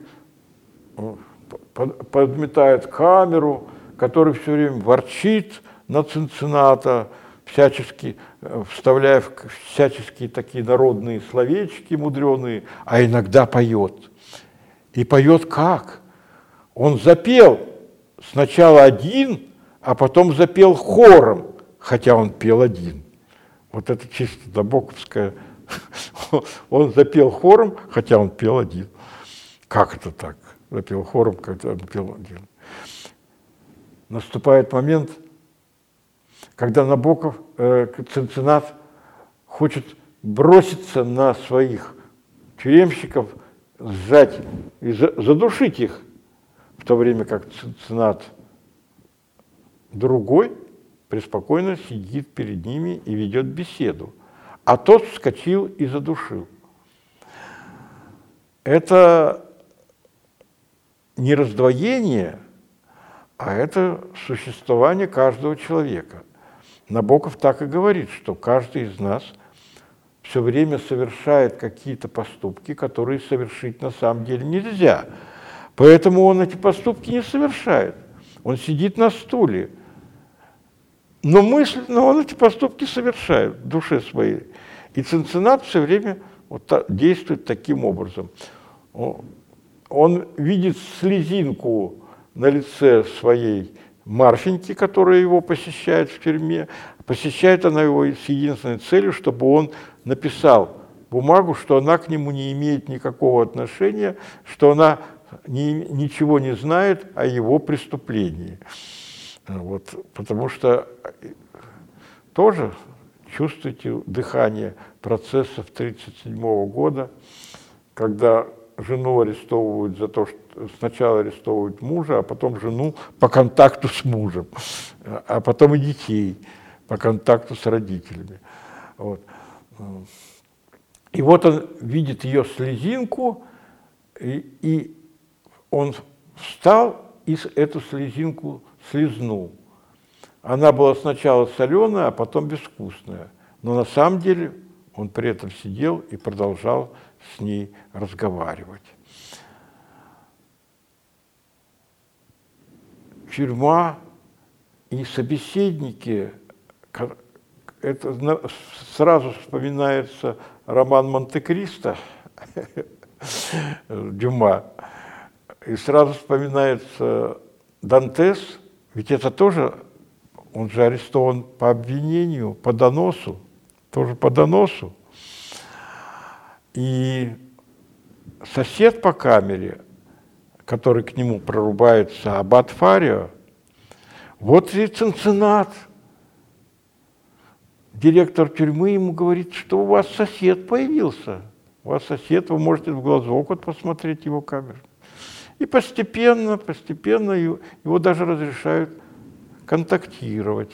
подметает камеру, который все время ворчит на Цинцинната, всячески вставляя всяческие такие народные словечки мудреные, а иногда поет. И поет как? Он запел сначала один, а потом запел хором, хотя он пел один. Вот это чисто набоковское. Он запел хором, хотя он пел один. Как это так? Запел хором, хотя он пел один. Наступает момент, когда Набоков, э, Цинциннат хочет броситься на своих тюремщиков, сжать и за, задушить их, в то время как Цинциннат другой преспокойно сидит перед ними и ведет беседу. а тот вскочил и задушил. Это не раздвоение, а это существование каждого человека. Набоков так и говорит, что каждый из нас все время совершает какие-то поступки, которые совершить на самом деле нельзя. Поэтому он эти поступки не совершает. Он сидит на стуле, но мысленно он эти поступки совершает в душе своей. И Цинциннат все время вот так, действует таким образом. Он, он видит слезинку на лице своей Марфеньки, которая его посещает в тюрьме. Посещает она его с единственной целью, чтобы он написал бумагу, что она к нему не имеет никакого отношения, что она ни, ничего не знает о его преступлении. Вот, потому что тоже чувствуете дыхание процессов тридцать седьмого года, когда жену арестовывают за то, что сначала арестовывают мужа, а потом жену по контакту с мужем, а потом и детей по контакту с родителями. Вот. И вот он видит ее слезинку, и, и он встал и эту слезинку слезнул. Она была сначала соленая, а потом безвкусная. Но на самом деле он при этом сидел и продолжал с ней разговаривать. Тюрьма и собеседники, это сразу вспоминается роман «Монте-Кристо» Дюма, и сразу вспоминается Дантес, ведь это тоже, он же арестован по обвинению, по доносу, тоже по доносу. И сосед по камере, который к нему прорубается, аббат Фарио, вот и Цинциннат. Директор тюрьмы ему говорит, что у вас сосед появился. У вас сосед, вы можете в глазок вот посмотреть его камеру. И постепенно, постепенно его даже разрешают контактировать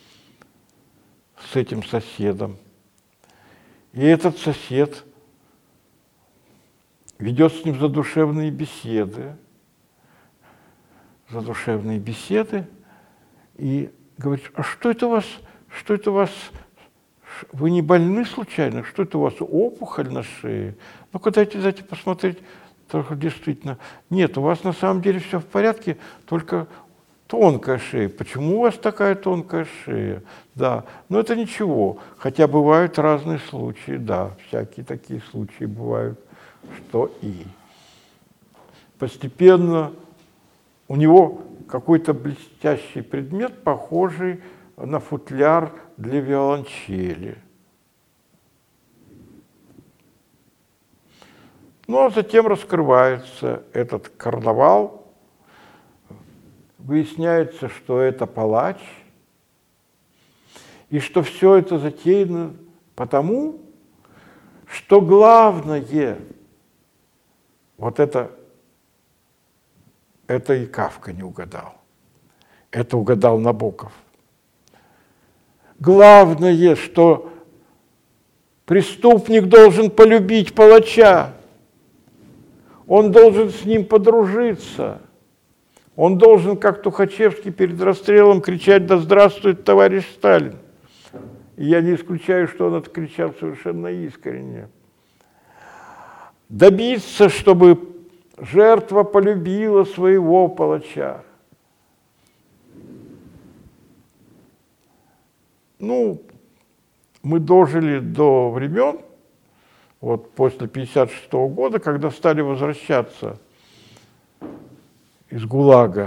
с этим соседом. И этот сосед ведет с ним задушевные беседы, задушевные беседы, и говорит, а что это у вас, что это у вас, вы не больны случайно, что это у вас, опухоль на шее? Ну-ка дайте, дайте посмотреть, только действительно, нет, у вас на самом деле все в порядке, только тонкая шея. Почему у вас такая тонкая шея? Да, но это ничего, хотя бывают разные случаи, да, всякие такие случаи бывают, что и. Постепенно у него какой-то блестящий предмет, похожий на футляр для виолончели. Ну, а затем раскрывается этот карнавал, выясняется, что это палач, и что все это затеяно потому, что главное, вот это, это и Кафка не угадал, это угадал Набоков. Главное, что преступник должен полюбить палача, он должен с ним подружиться, он должен, как Тухачевский перед расстрелом, кричать «Да здравствует товарищ Сталин!». И я не исключаю, что он это кричал совершенно искренне. Добиться, чтобы жертва полюбила своего палача. Ну, мы дожили до времен, вот после пятьдесят шестого года, когда стали возвращаться из ГУЛАГа.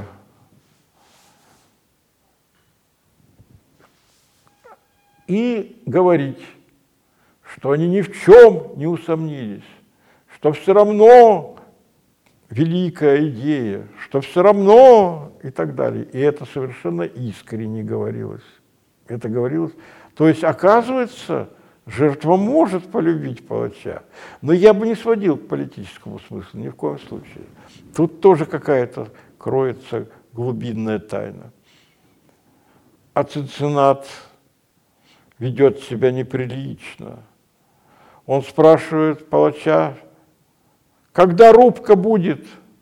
И говорить, что они ни в чем не усомнились, что все равно великая идея, что все равно и так далее. И это совершенно искренне говорилось. Это говорилось. То есть, оказывается, жертва может полюбить палача. Но я бы не сводил к политическому смыслу, ни в коем случае. Тут тоже какая-то кроется глубинная тайна. А Цинциннат ведет себя неприлично. Он спрашивает палача, когда рубка будет?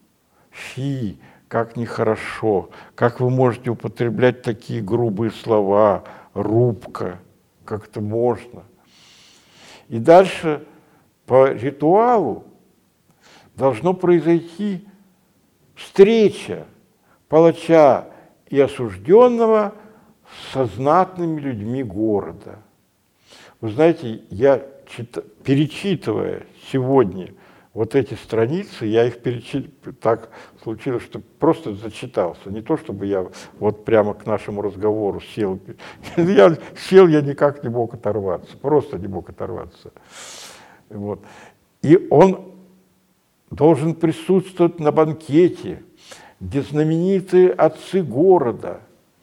Фи, как нехорошо, как вы можете употреблять такие грубые слова, рубка, как это можно? И дальше по ритуалу должно произойти встреча палача и осужденного со знатными людьми города. Вы знаете, я, чит... перечитывая сегодня вот эти страницы, я их перечитывал, так случилось, что просто зачитался. Не то, чтобы я вот прямо к нашему разговору сел. Я сел, я никак не мог оторваться, просто не мог оторваться. Вот. И он должен присутствовать на банкете, где знаменитые отцы города.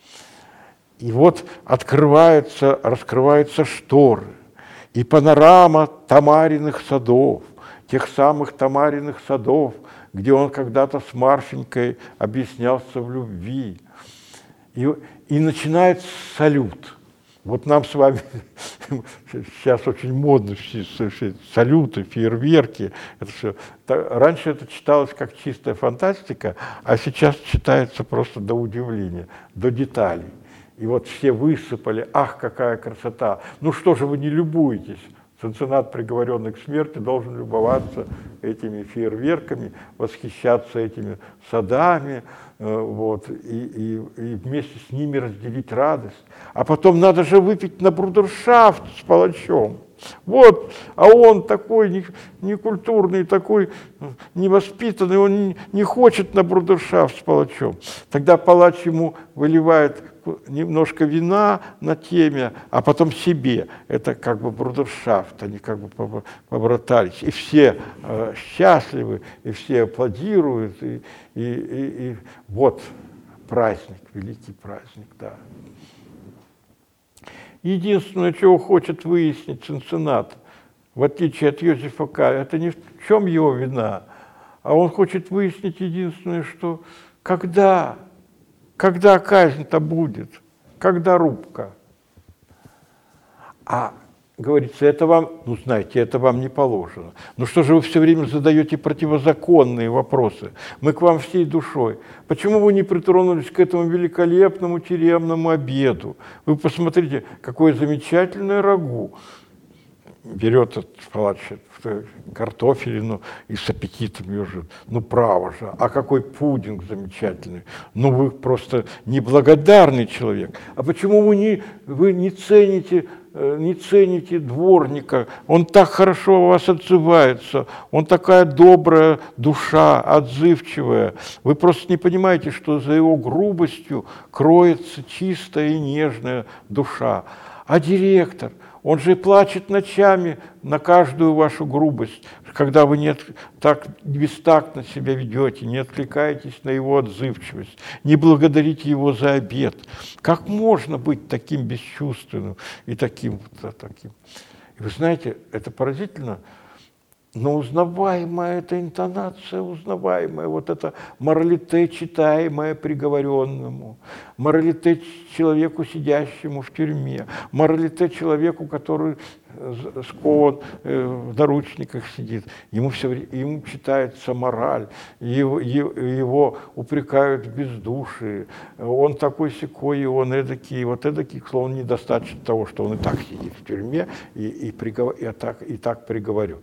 И вот открываются, раскрываются шторы, и панорама Тамариных садов, тех самых Тамариных садов, где он когда-то с Марфенькой объяснялся в любви. И, и начинается салют. Вот нам с вами сейчас очень модно все, все салюты, фейерверки. Это все. Раньше это читалось как чистая фантастика, а сейчас читается просто до удивления, до деталей. И вот все высыпали, ах, какая красота! Ну что же вы не любуетесь? Цинциннат, приговоренный к смерти, должен любоваться этими фейерверками, восхищаться этими садами, вот, и, и, и вместе с ними разделить радость. А потом надо же выпить на брудершафт с палачом. Вот, а он такой некультурный, такой невоспитанный, он не, не хочет на брудершафт с палачом. Тогда палач ему выливает немножко вина на теме, а потом себе. Это как бы брудершафт, они как бы побратались. И все э, счастливы, и все аплодируют, и, и, и, и вот праздник, великий праздник, да. Единственное, чего хочет выяснить Цинциннат, в отличие от Йозефа К., это не в чем его вина, а он хочет выяснить единственное, что когда, когда казнь-то будет, когда рубка. А говорится, это вам, ну знаете, это вам не положено. Ну что же вы все время задаете противозаконные вопросы? Мы к вам всей душой. Почему вы не притронулись к этому великолепному тюремному обеду? Вы посмотрите, какое замечательное рагу. Берет этот палач картофелину и с аппетитом ее жрет. Ну, право же, а какой пудинг замечательный. Ну, вы просто неблагодарный человек. А почему вы не, вы не цените, не цените дворника? Он так хорошо о вас отзывается, он такая добрая душа, отзывчивая. Вы просто не понимаете, что за его грубостью кроется чистая и нежная душа. А директор, он же плачет ночами на каждую вашу грубость, когда вы не, так бестактно себя ведете, не откликаетесь на его отзывчивость, не благодарите его за обед. Как можно быть таким бесчувственным и таким, да, таким? И вы знаете, это поразительно, но узнаваемая эта интонация, узнаваемая, вот это моралите, читаемое приговоренному, моралите человеку, сидящему в тюрьме, моралите человеку, который скован в наручниках сидит, ему, все, ему читается мораль, его, его упрекают в бездушии, он такой-сякой, он эдакий, вот эдакий, к слову, недостаточно того, что он и так сидит в тюрьме и, и, приговор, и, так, и так приговорен.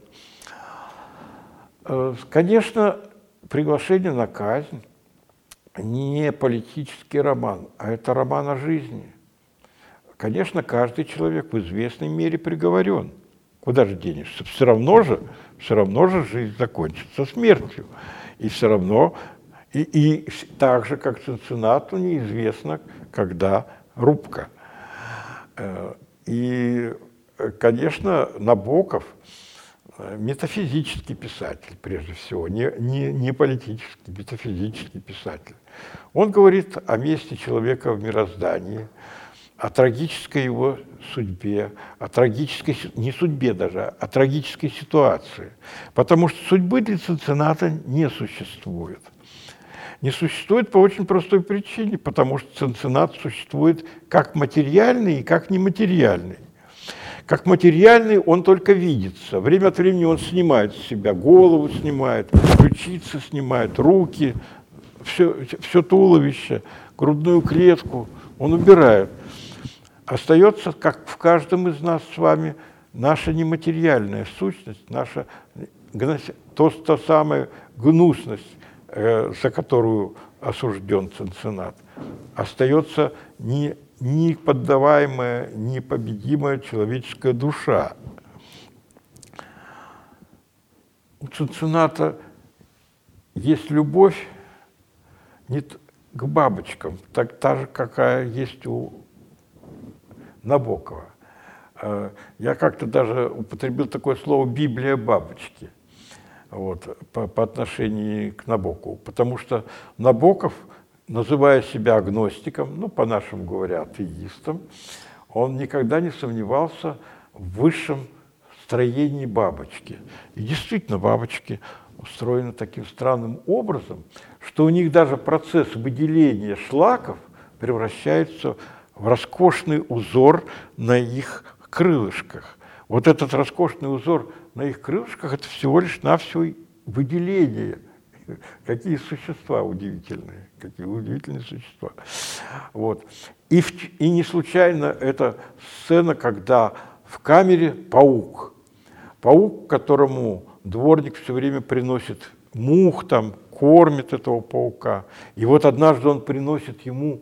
Конечно, приглашение на казнь не политический роман, а это роман о жизни. Конечно, каждый человек в известной мере приговорен. Куда же денешься? Все равно же, все равно же жизнь закончится смертью. И все равно, и, и так же, как Цинциннату, неизвестно, когда рубка. И, конечно, Набоков метафизический писатель, прежде всего, не, не, не политический, метафизический писатель. Он говорит о месте человека в мироздании, о трагической его судьбе, о трагической, не судьбе даже, о трагической ситуации. Потому что судьбы для Цинцинната не существует. Не существует по очень простой причине, потому что Цинциннат существует как материальный и как нематериальный. Как материальный он только видится. Время от времени он снимает с себя голову, снимает, ключицы снимает, руки, все, все туловище, грудную клетку он убирает. Остается, как в каждом из нас с вами, наша нематериальная сущность, наша то, то самая гнусность, э, за которую осужден Цинциннат. Остается не неподдаваемая, непобедимая человеческая душа. У Цинцинната есть любовь не к бабочкам, так, та же, какая есть у Набокова. Я как-то даже употребил такое слово «Библия бабочки» вот, по, по отношению к Набокову, потому что Набоков, называя себя агностиком, ну, по-нашему говоря, атеистом, он никогда не сомневался в высшем строении бабочки. И действительно, бабочки устроены таким странным образом, что у них даже процесс выделения шлаков превращается в роскошный узор на их крылышках. Вот этот роскошный узор на их крылышках – это всего лишь навсего выделение. Какие существа удивительные, какие удивительные существа. Вот. И, в, и не случайно эта сцена, когда в камере паук. Паук, которому дворник все время приносит мух, там, кормит этого паука. И вот однажды он приносит ему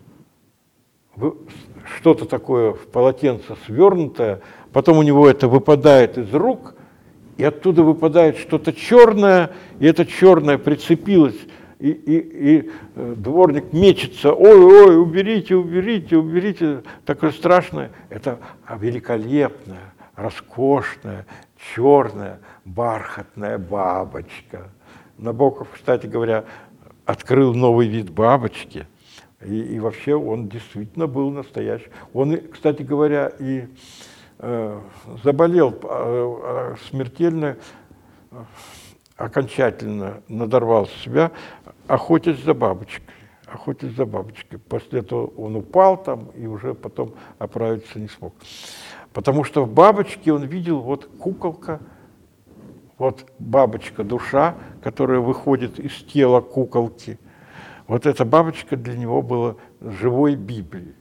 что-то такое в полотенце свернутое, потом у него это выпадает из рук, и оттуда выпадает что-то черное, и это черное прицепилось, и, и, и дворник мечется: ой-ой, уберите, уберите, уберите, такое страшное. Это великолепная, роскошная, черная, бархатная бабочка. Набоков, кстати говоря, открыл новый вид бабочки, и, и вообще он действительно был настоящий. Он, кстати говоря, и заболел смертельно, окончательно надорвал себя, охотясь за бабочкой, охотясь за бабочкой. После этого он упал там и уже потом оправиться не смог. Потому что в бабочке он видел вот куколка, вот бабочка, душа, которая выходит из тела куколки. Вот эта бабочка для него была живой Библией.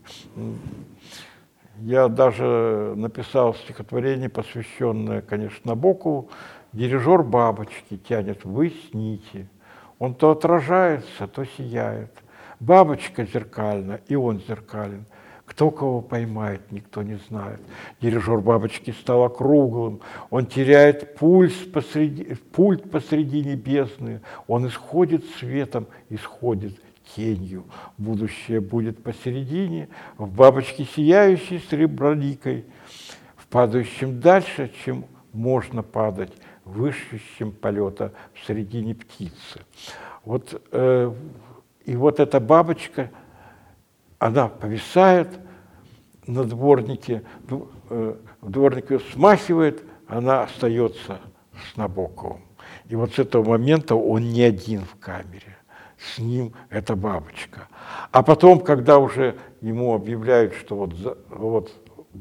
Я даже написал стихотворение, посвященное, конечно, Набокову. Дирижер бабочки тянет ввысь нити. Он то отражается, то сияет. Бабочка зеркальна, и он зеркален. Кто кого поймает, никто не знает. Дирижер бабочки стал округлым. Он теряет пульс посреди, пульт посреди небесной. Он исходит светом, исходит тенью. Будущее будет посередине, в бабочке сияющей среброликой, в падающем дальше, чем можно падать, в ищущем полета в середине птицы. Вот, э, и вот эта бабочка, она повисает на дворнике, э, дворник ее смахивает, она остается с Набоковым. И вот с этого момента он не один в камере. С ним эта бабочка. А потом, когда уже ему объявляют, что вот, вот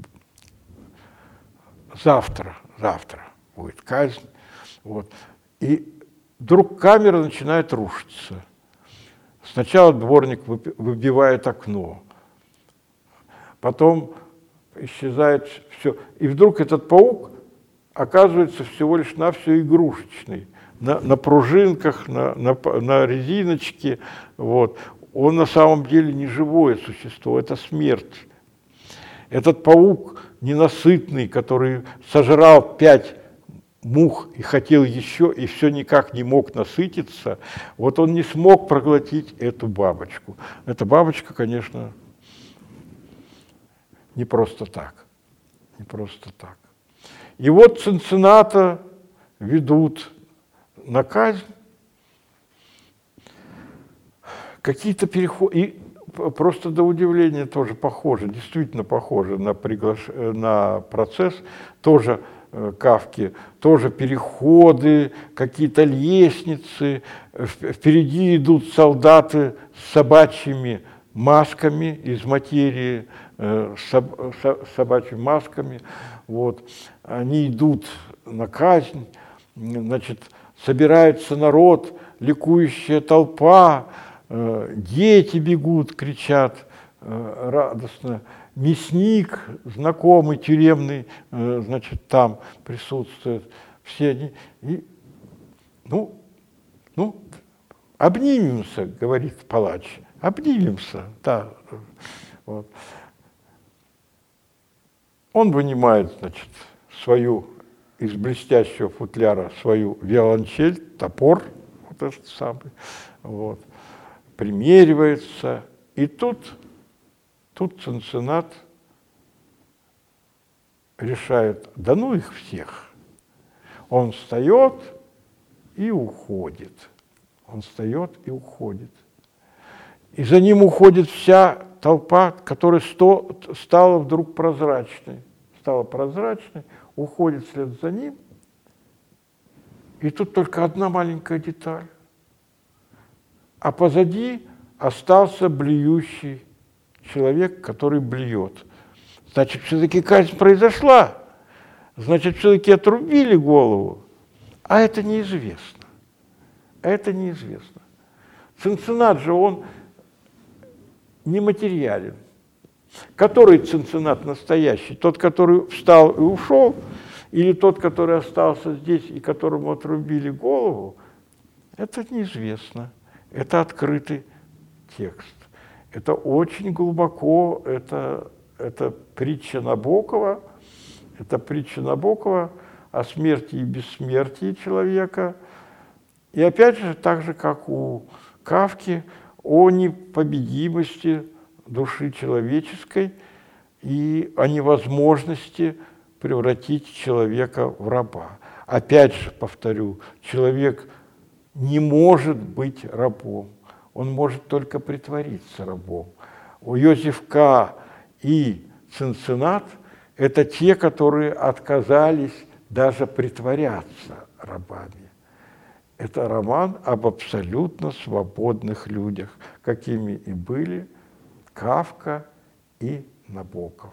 завтра, завтра будет казнь, вот, и вдруг камера начинает рушиться. Сначала дворник выбивает окно, потом исчезает все. И вдруг этот паук оказывается всего лишь навсего игрушечный. На, на пружинках, на, на, на резиночке. Вот. Он на самом деле не живое существо, это смерть. Этот паук ненасытный, который сожрал пять мух и хотел еще, и все никак не мог насытиться, вот он не смог проглотить эту бабочку. Эта бабочка, конечно, не просто так. Не просто так. И вот Цинцинната ведут на казнь, какие-то переходы, и просто до удивления тоже похоже, действительно похоже на, приглаш... на процесс, тоже э, Кафки, тоже переходы, какие-то лестницы, впереди идут солдаты с собачьими масками из материи, э, с собачьими масками, Вот. Они идут на казнь, значит, собирается народ, ликующая толпа, э, дети бегут, кричат э, радостно. Мясник, знакомый, тюремный, э, значит, там присутствует. Все они, и, ну, ну, обнимемся, говорит палач, обнимемся, да. Вот. Он вынимает, значит, свою из блестящего футляра свою виолончель, топор, вот этот самый, вот, примеривается, и тут, тут Цинциннат решает, да ну их всех. Он встает и уходит. Он встает и уходит. И за ним уходит вся толпа, которая сто, стала вдруг прозрачной. Стала прозрачной, уходит вслед за ним. И тут только одна маленькая деталь. А позади остался блюющий человек, который блюет. Значит, все-таки казнь произошла. Значит, все-таки отрубили голову. А это неизвестно. Это неизвестно. Цинциннат же, он нематериален. Который Цинциннат настоящий? Тот, который встал и ушел, или тот, который остался здесь и которому отрубили голову? Это неизвестно. Это открытый текст. Это очень глубоко, это, это притча Набокова, это притча Набокова о смерти и бессмертии человека. И опять же, так же, как у Кафки, о непобедимости души человеческой и о невозможности превратить человека в раба. Опять же, повторю, человек не может быть рабом, он может только притвориться рабом. У Йозеф К. и Цинциннат – это те, которые отказались даже притворяться рабами. Это роман об абсолютно свободных людях, какими и были Кафка и Набоков.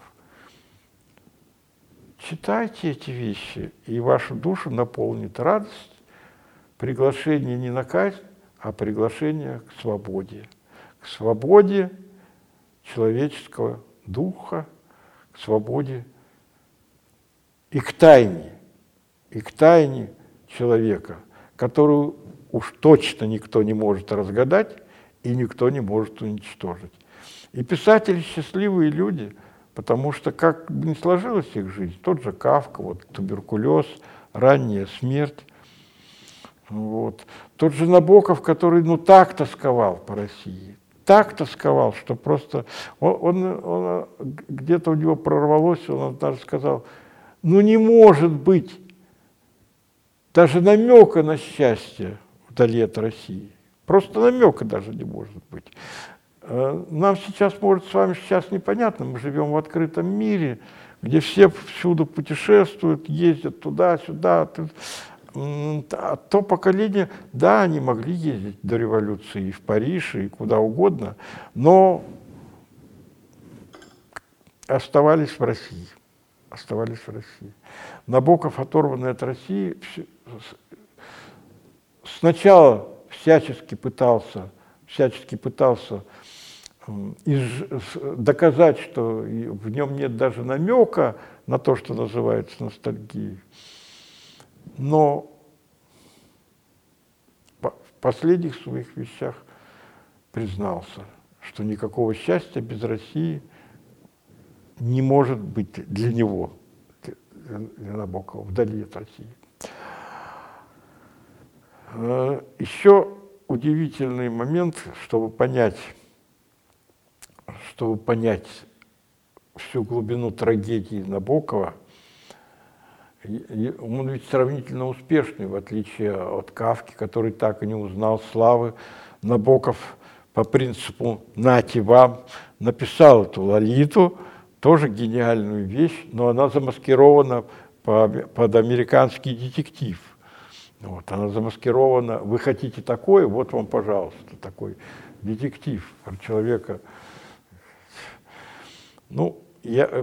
Читайте эти вещи, и вашу душу наполнит радость, приглашение не на казнь, а приглашение к свободе. К свободе человеческого духа, к свободе и к тайне, и к тайне человека, которую уж точно никто не может разгадать и никто не может уничтожить. И писатели счастливые люди, потому что как бы ни сложилась их жизнь, тот же Кафка, вот, туберкулез, ранняя смерть, вот. Тот же Набоков, который ну так тосковал по России, так тосковал, что просто он, он, он, где-то у него прорвалось, он даже сказал, ну не может быть даже намека на счастье вдали от России. Просто намека даже не может быть. Нам сейчас, может, с вами сейчас непонятно, мы живем в открытом мире, где все всюду путешествуют, ездят туда-сюда. А то поколение, да, они могли ездить до революции и в Париж, и куда угодно, но оставались в России. Оставались в России. Набоков, оторванный от России, сначала всячески пытался, всячески пытался доказать, что в нем нет даже намека на то, что называется ностальгией. Но в последних своих вещах признался, что никакого счастья без России не может быть для него, для Набокова, вдали от России. Еще удивительный момент, чтобы понять, чтобы понять всю глубину трагедии Набокова. Он ведь сравнительно успешный, в отличие от Кафки, который так и не узнал славы. Набоков по принципу «нате вам» написал эту «Лолиту», тоже гениальную вещь, но она замаскирована под американский детектив. Вот, она замаскирована, вы хотите такой, вот вам, пожалуйста, такой детектив про человека. Ну, я,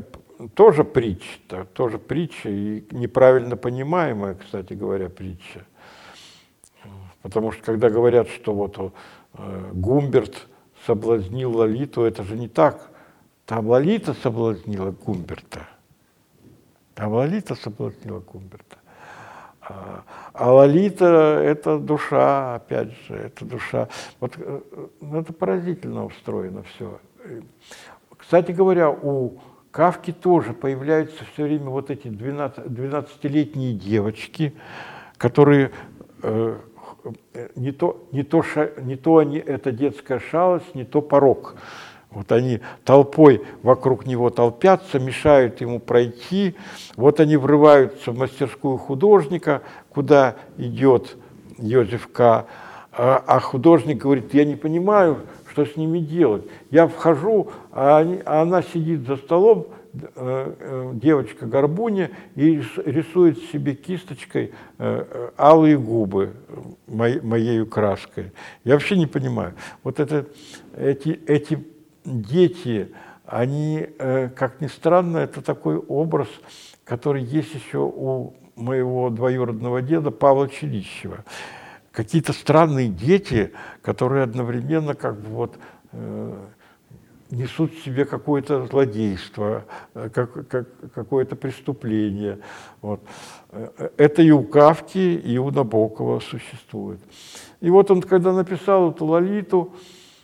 тоже притча, тоже притча, и неправильно понимаемая, кстати говоря, притча. Потому что когда говорят, что вот э, Гумберт соблазнил Лолиту, это же не так. Там Лолита соблазнила Гумберта. Там Лолита соблазнила Гумберта. А, а Лолита – это душа, опять же, это душа. Вот ну, это поразительно устроено все. Кстати говоря, у Кафки тоже появляются все время вот эти двенадцатилетние девочки, которые э, не то, не, то ша, не то они, это детская шалость, не то порок. Вот они толпой вокруг него толпятся, мешают ему пройти. Вот они врываются в мастерскую художника, куда идет Йозеф К. А, а художник говорит: я не понимаю, что с ними делать. Я вхожу, а, они, а она сидит за столом, девочка Горбуня, и рисует себе кисточкой алые губы моей краской. Я вообще не понимаю. Вот это, эти, эти дети, они, как ни странно, это такой образ, который есть еще у моего двоюродного деда Павла Челищева. Какие-то странные дети, которые одновременно как бы вот несут в себе какое-то злодейство, как, как, какое-то преступление. Вот. Это и у Кафки, и у Набокова существует. И вот он, когда написал эту Лолиту,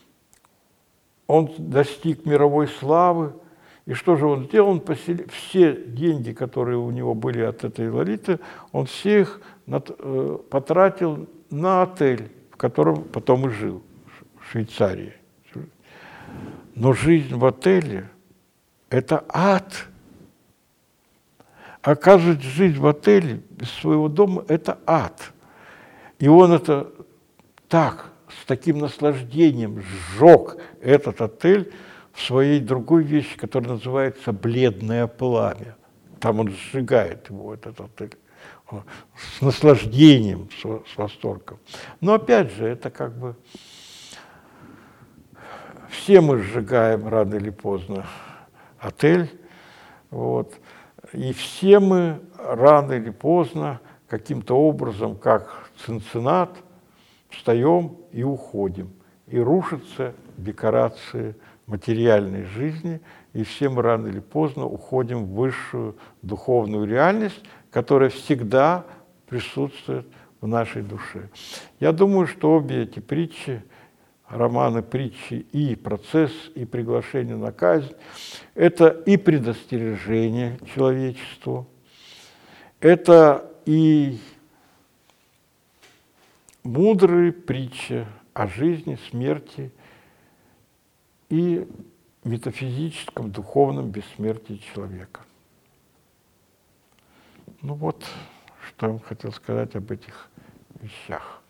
он достиг мировой славы. И что же он сделал? Он посел... все деньги, которые у него были от этой Лолиты, он все их над... потратил на отель, в котором потом и жил, в Швейцарии. Но жизнь в отеле – это ад. Оказывается, жизнь в отеле без своего дома – это ад. И он это так, с таким наслаждением сжег этот отель в своей другой вещи, которая называется «Бледное пламя». Там он сжигает его, этот отель, с наслаждением, с восторгом. Но опять же, это как бы… Все мы сжигаем рано или поздно отель, вот, и все мы рано или поздно каким-то образом, как Цинциннат, встаем и уходим, и рушатся декорации материальной жизни, и все мы рано или поздно уходим в высшую духовную реальность, которая всегда присутствует в нашей душе. Я думаю, что обе эти притчи, романы, притчи и процесс, и приглашение на казнь – это и предостережение человечеству, это и мудрые притчи о жизни, смерти и метафизическом, духовном бессмертии человека. Ну вот, что я вам хотел сказать об этих вещах.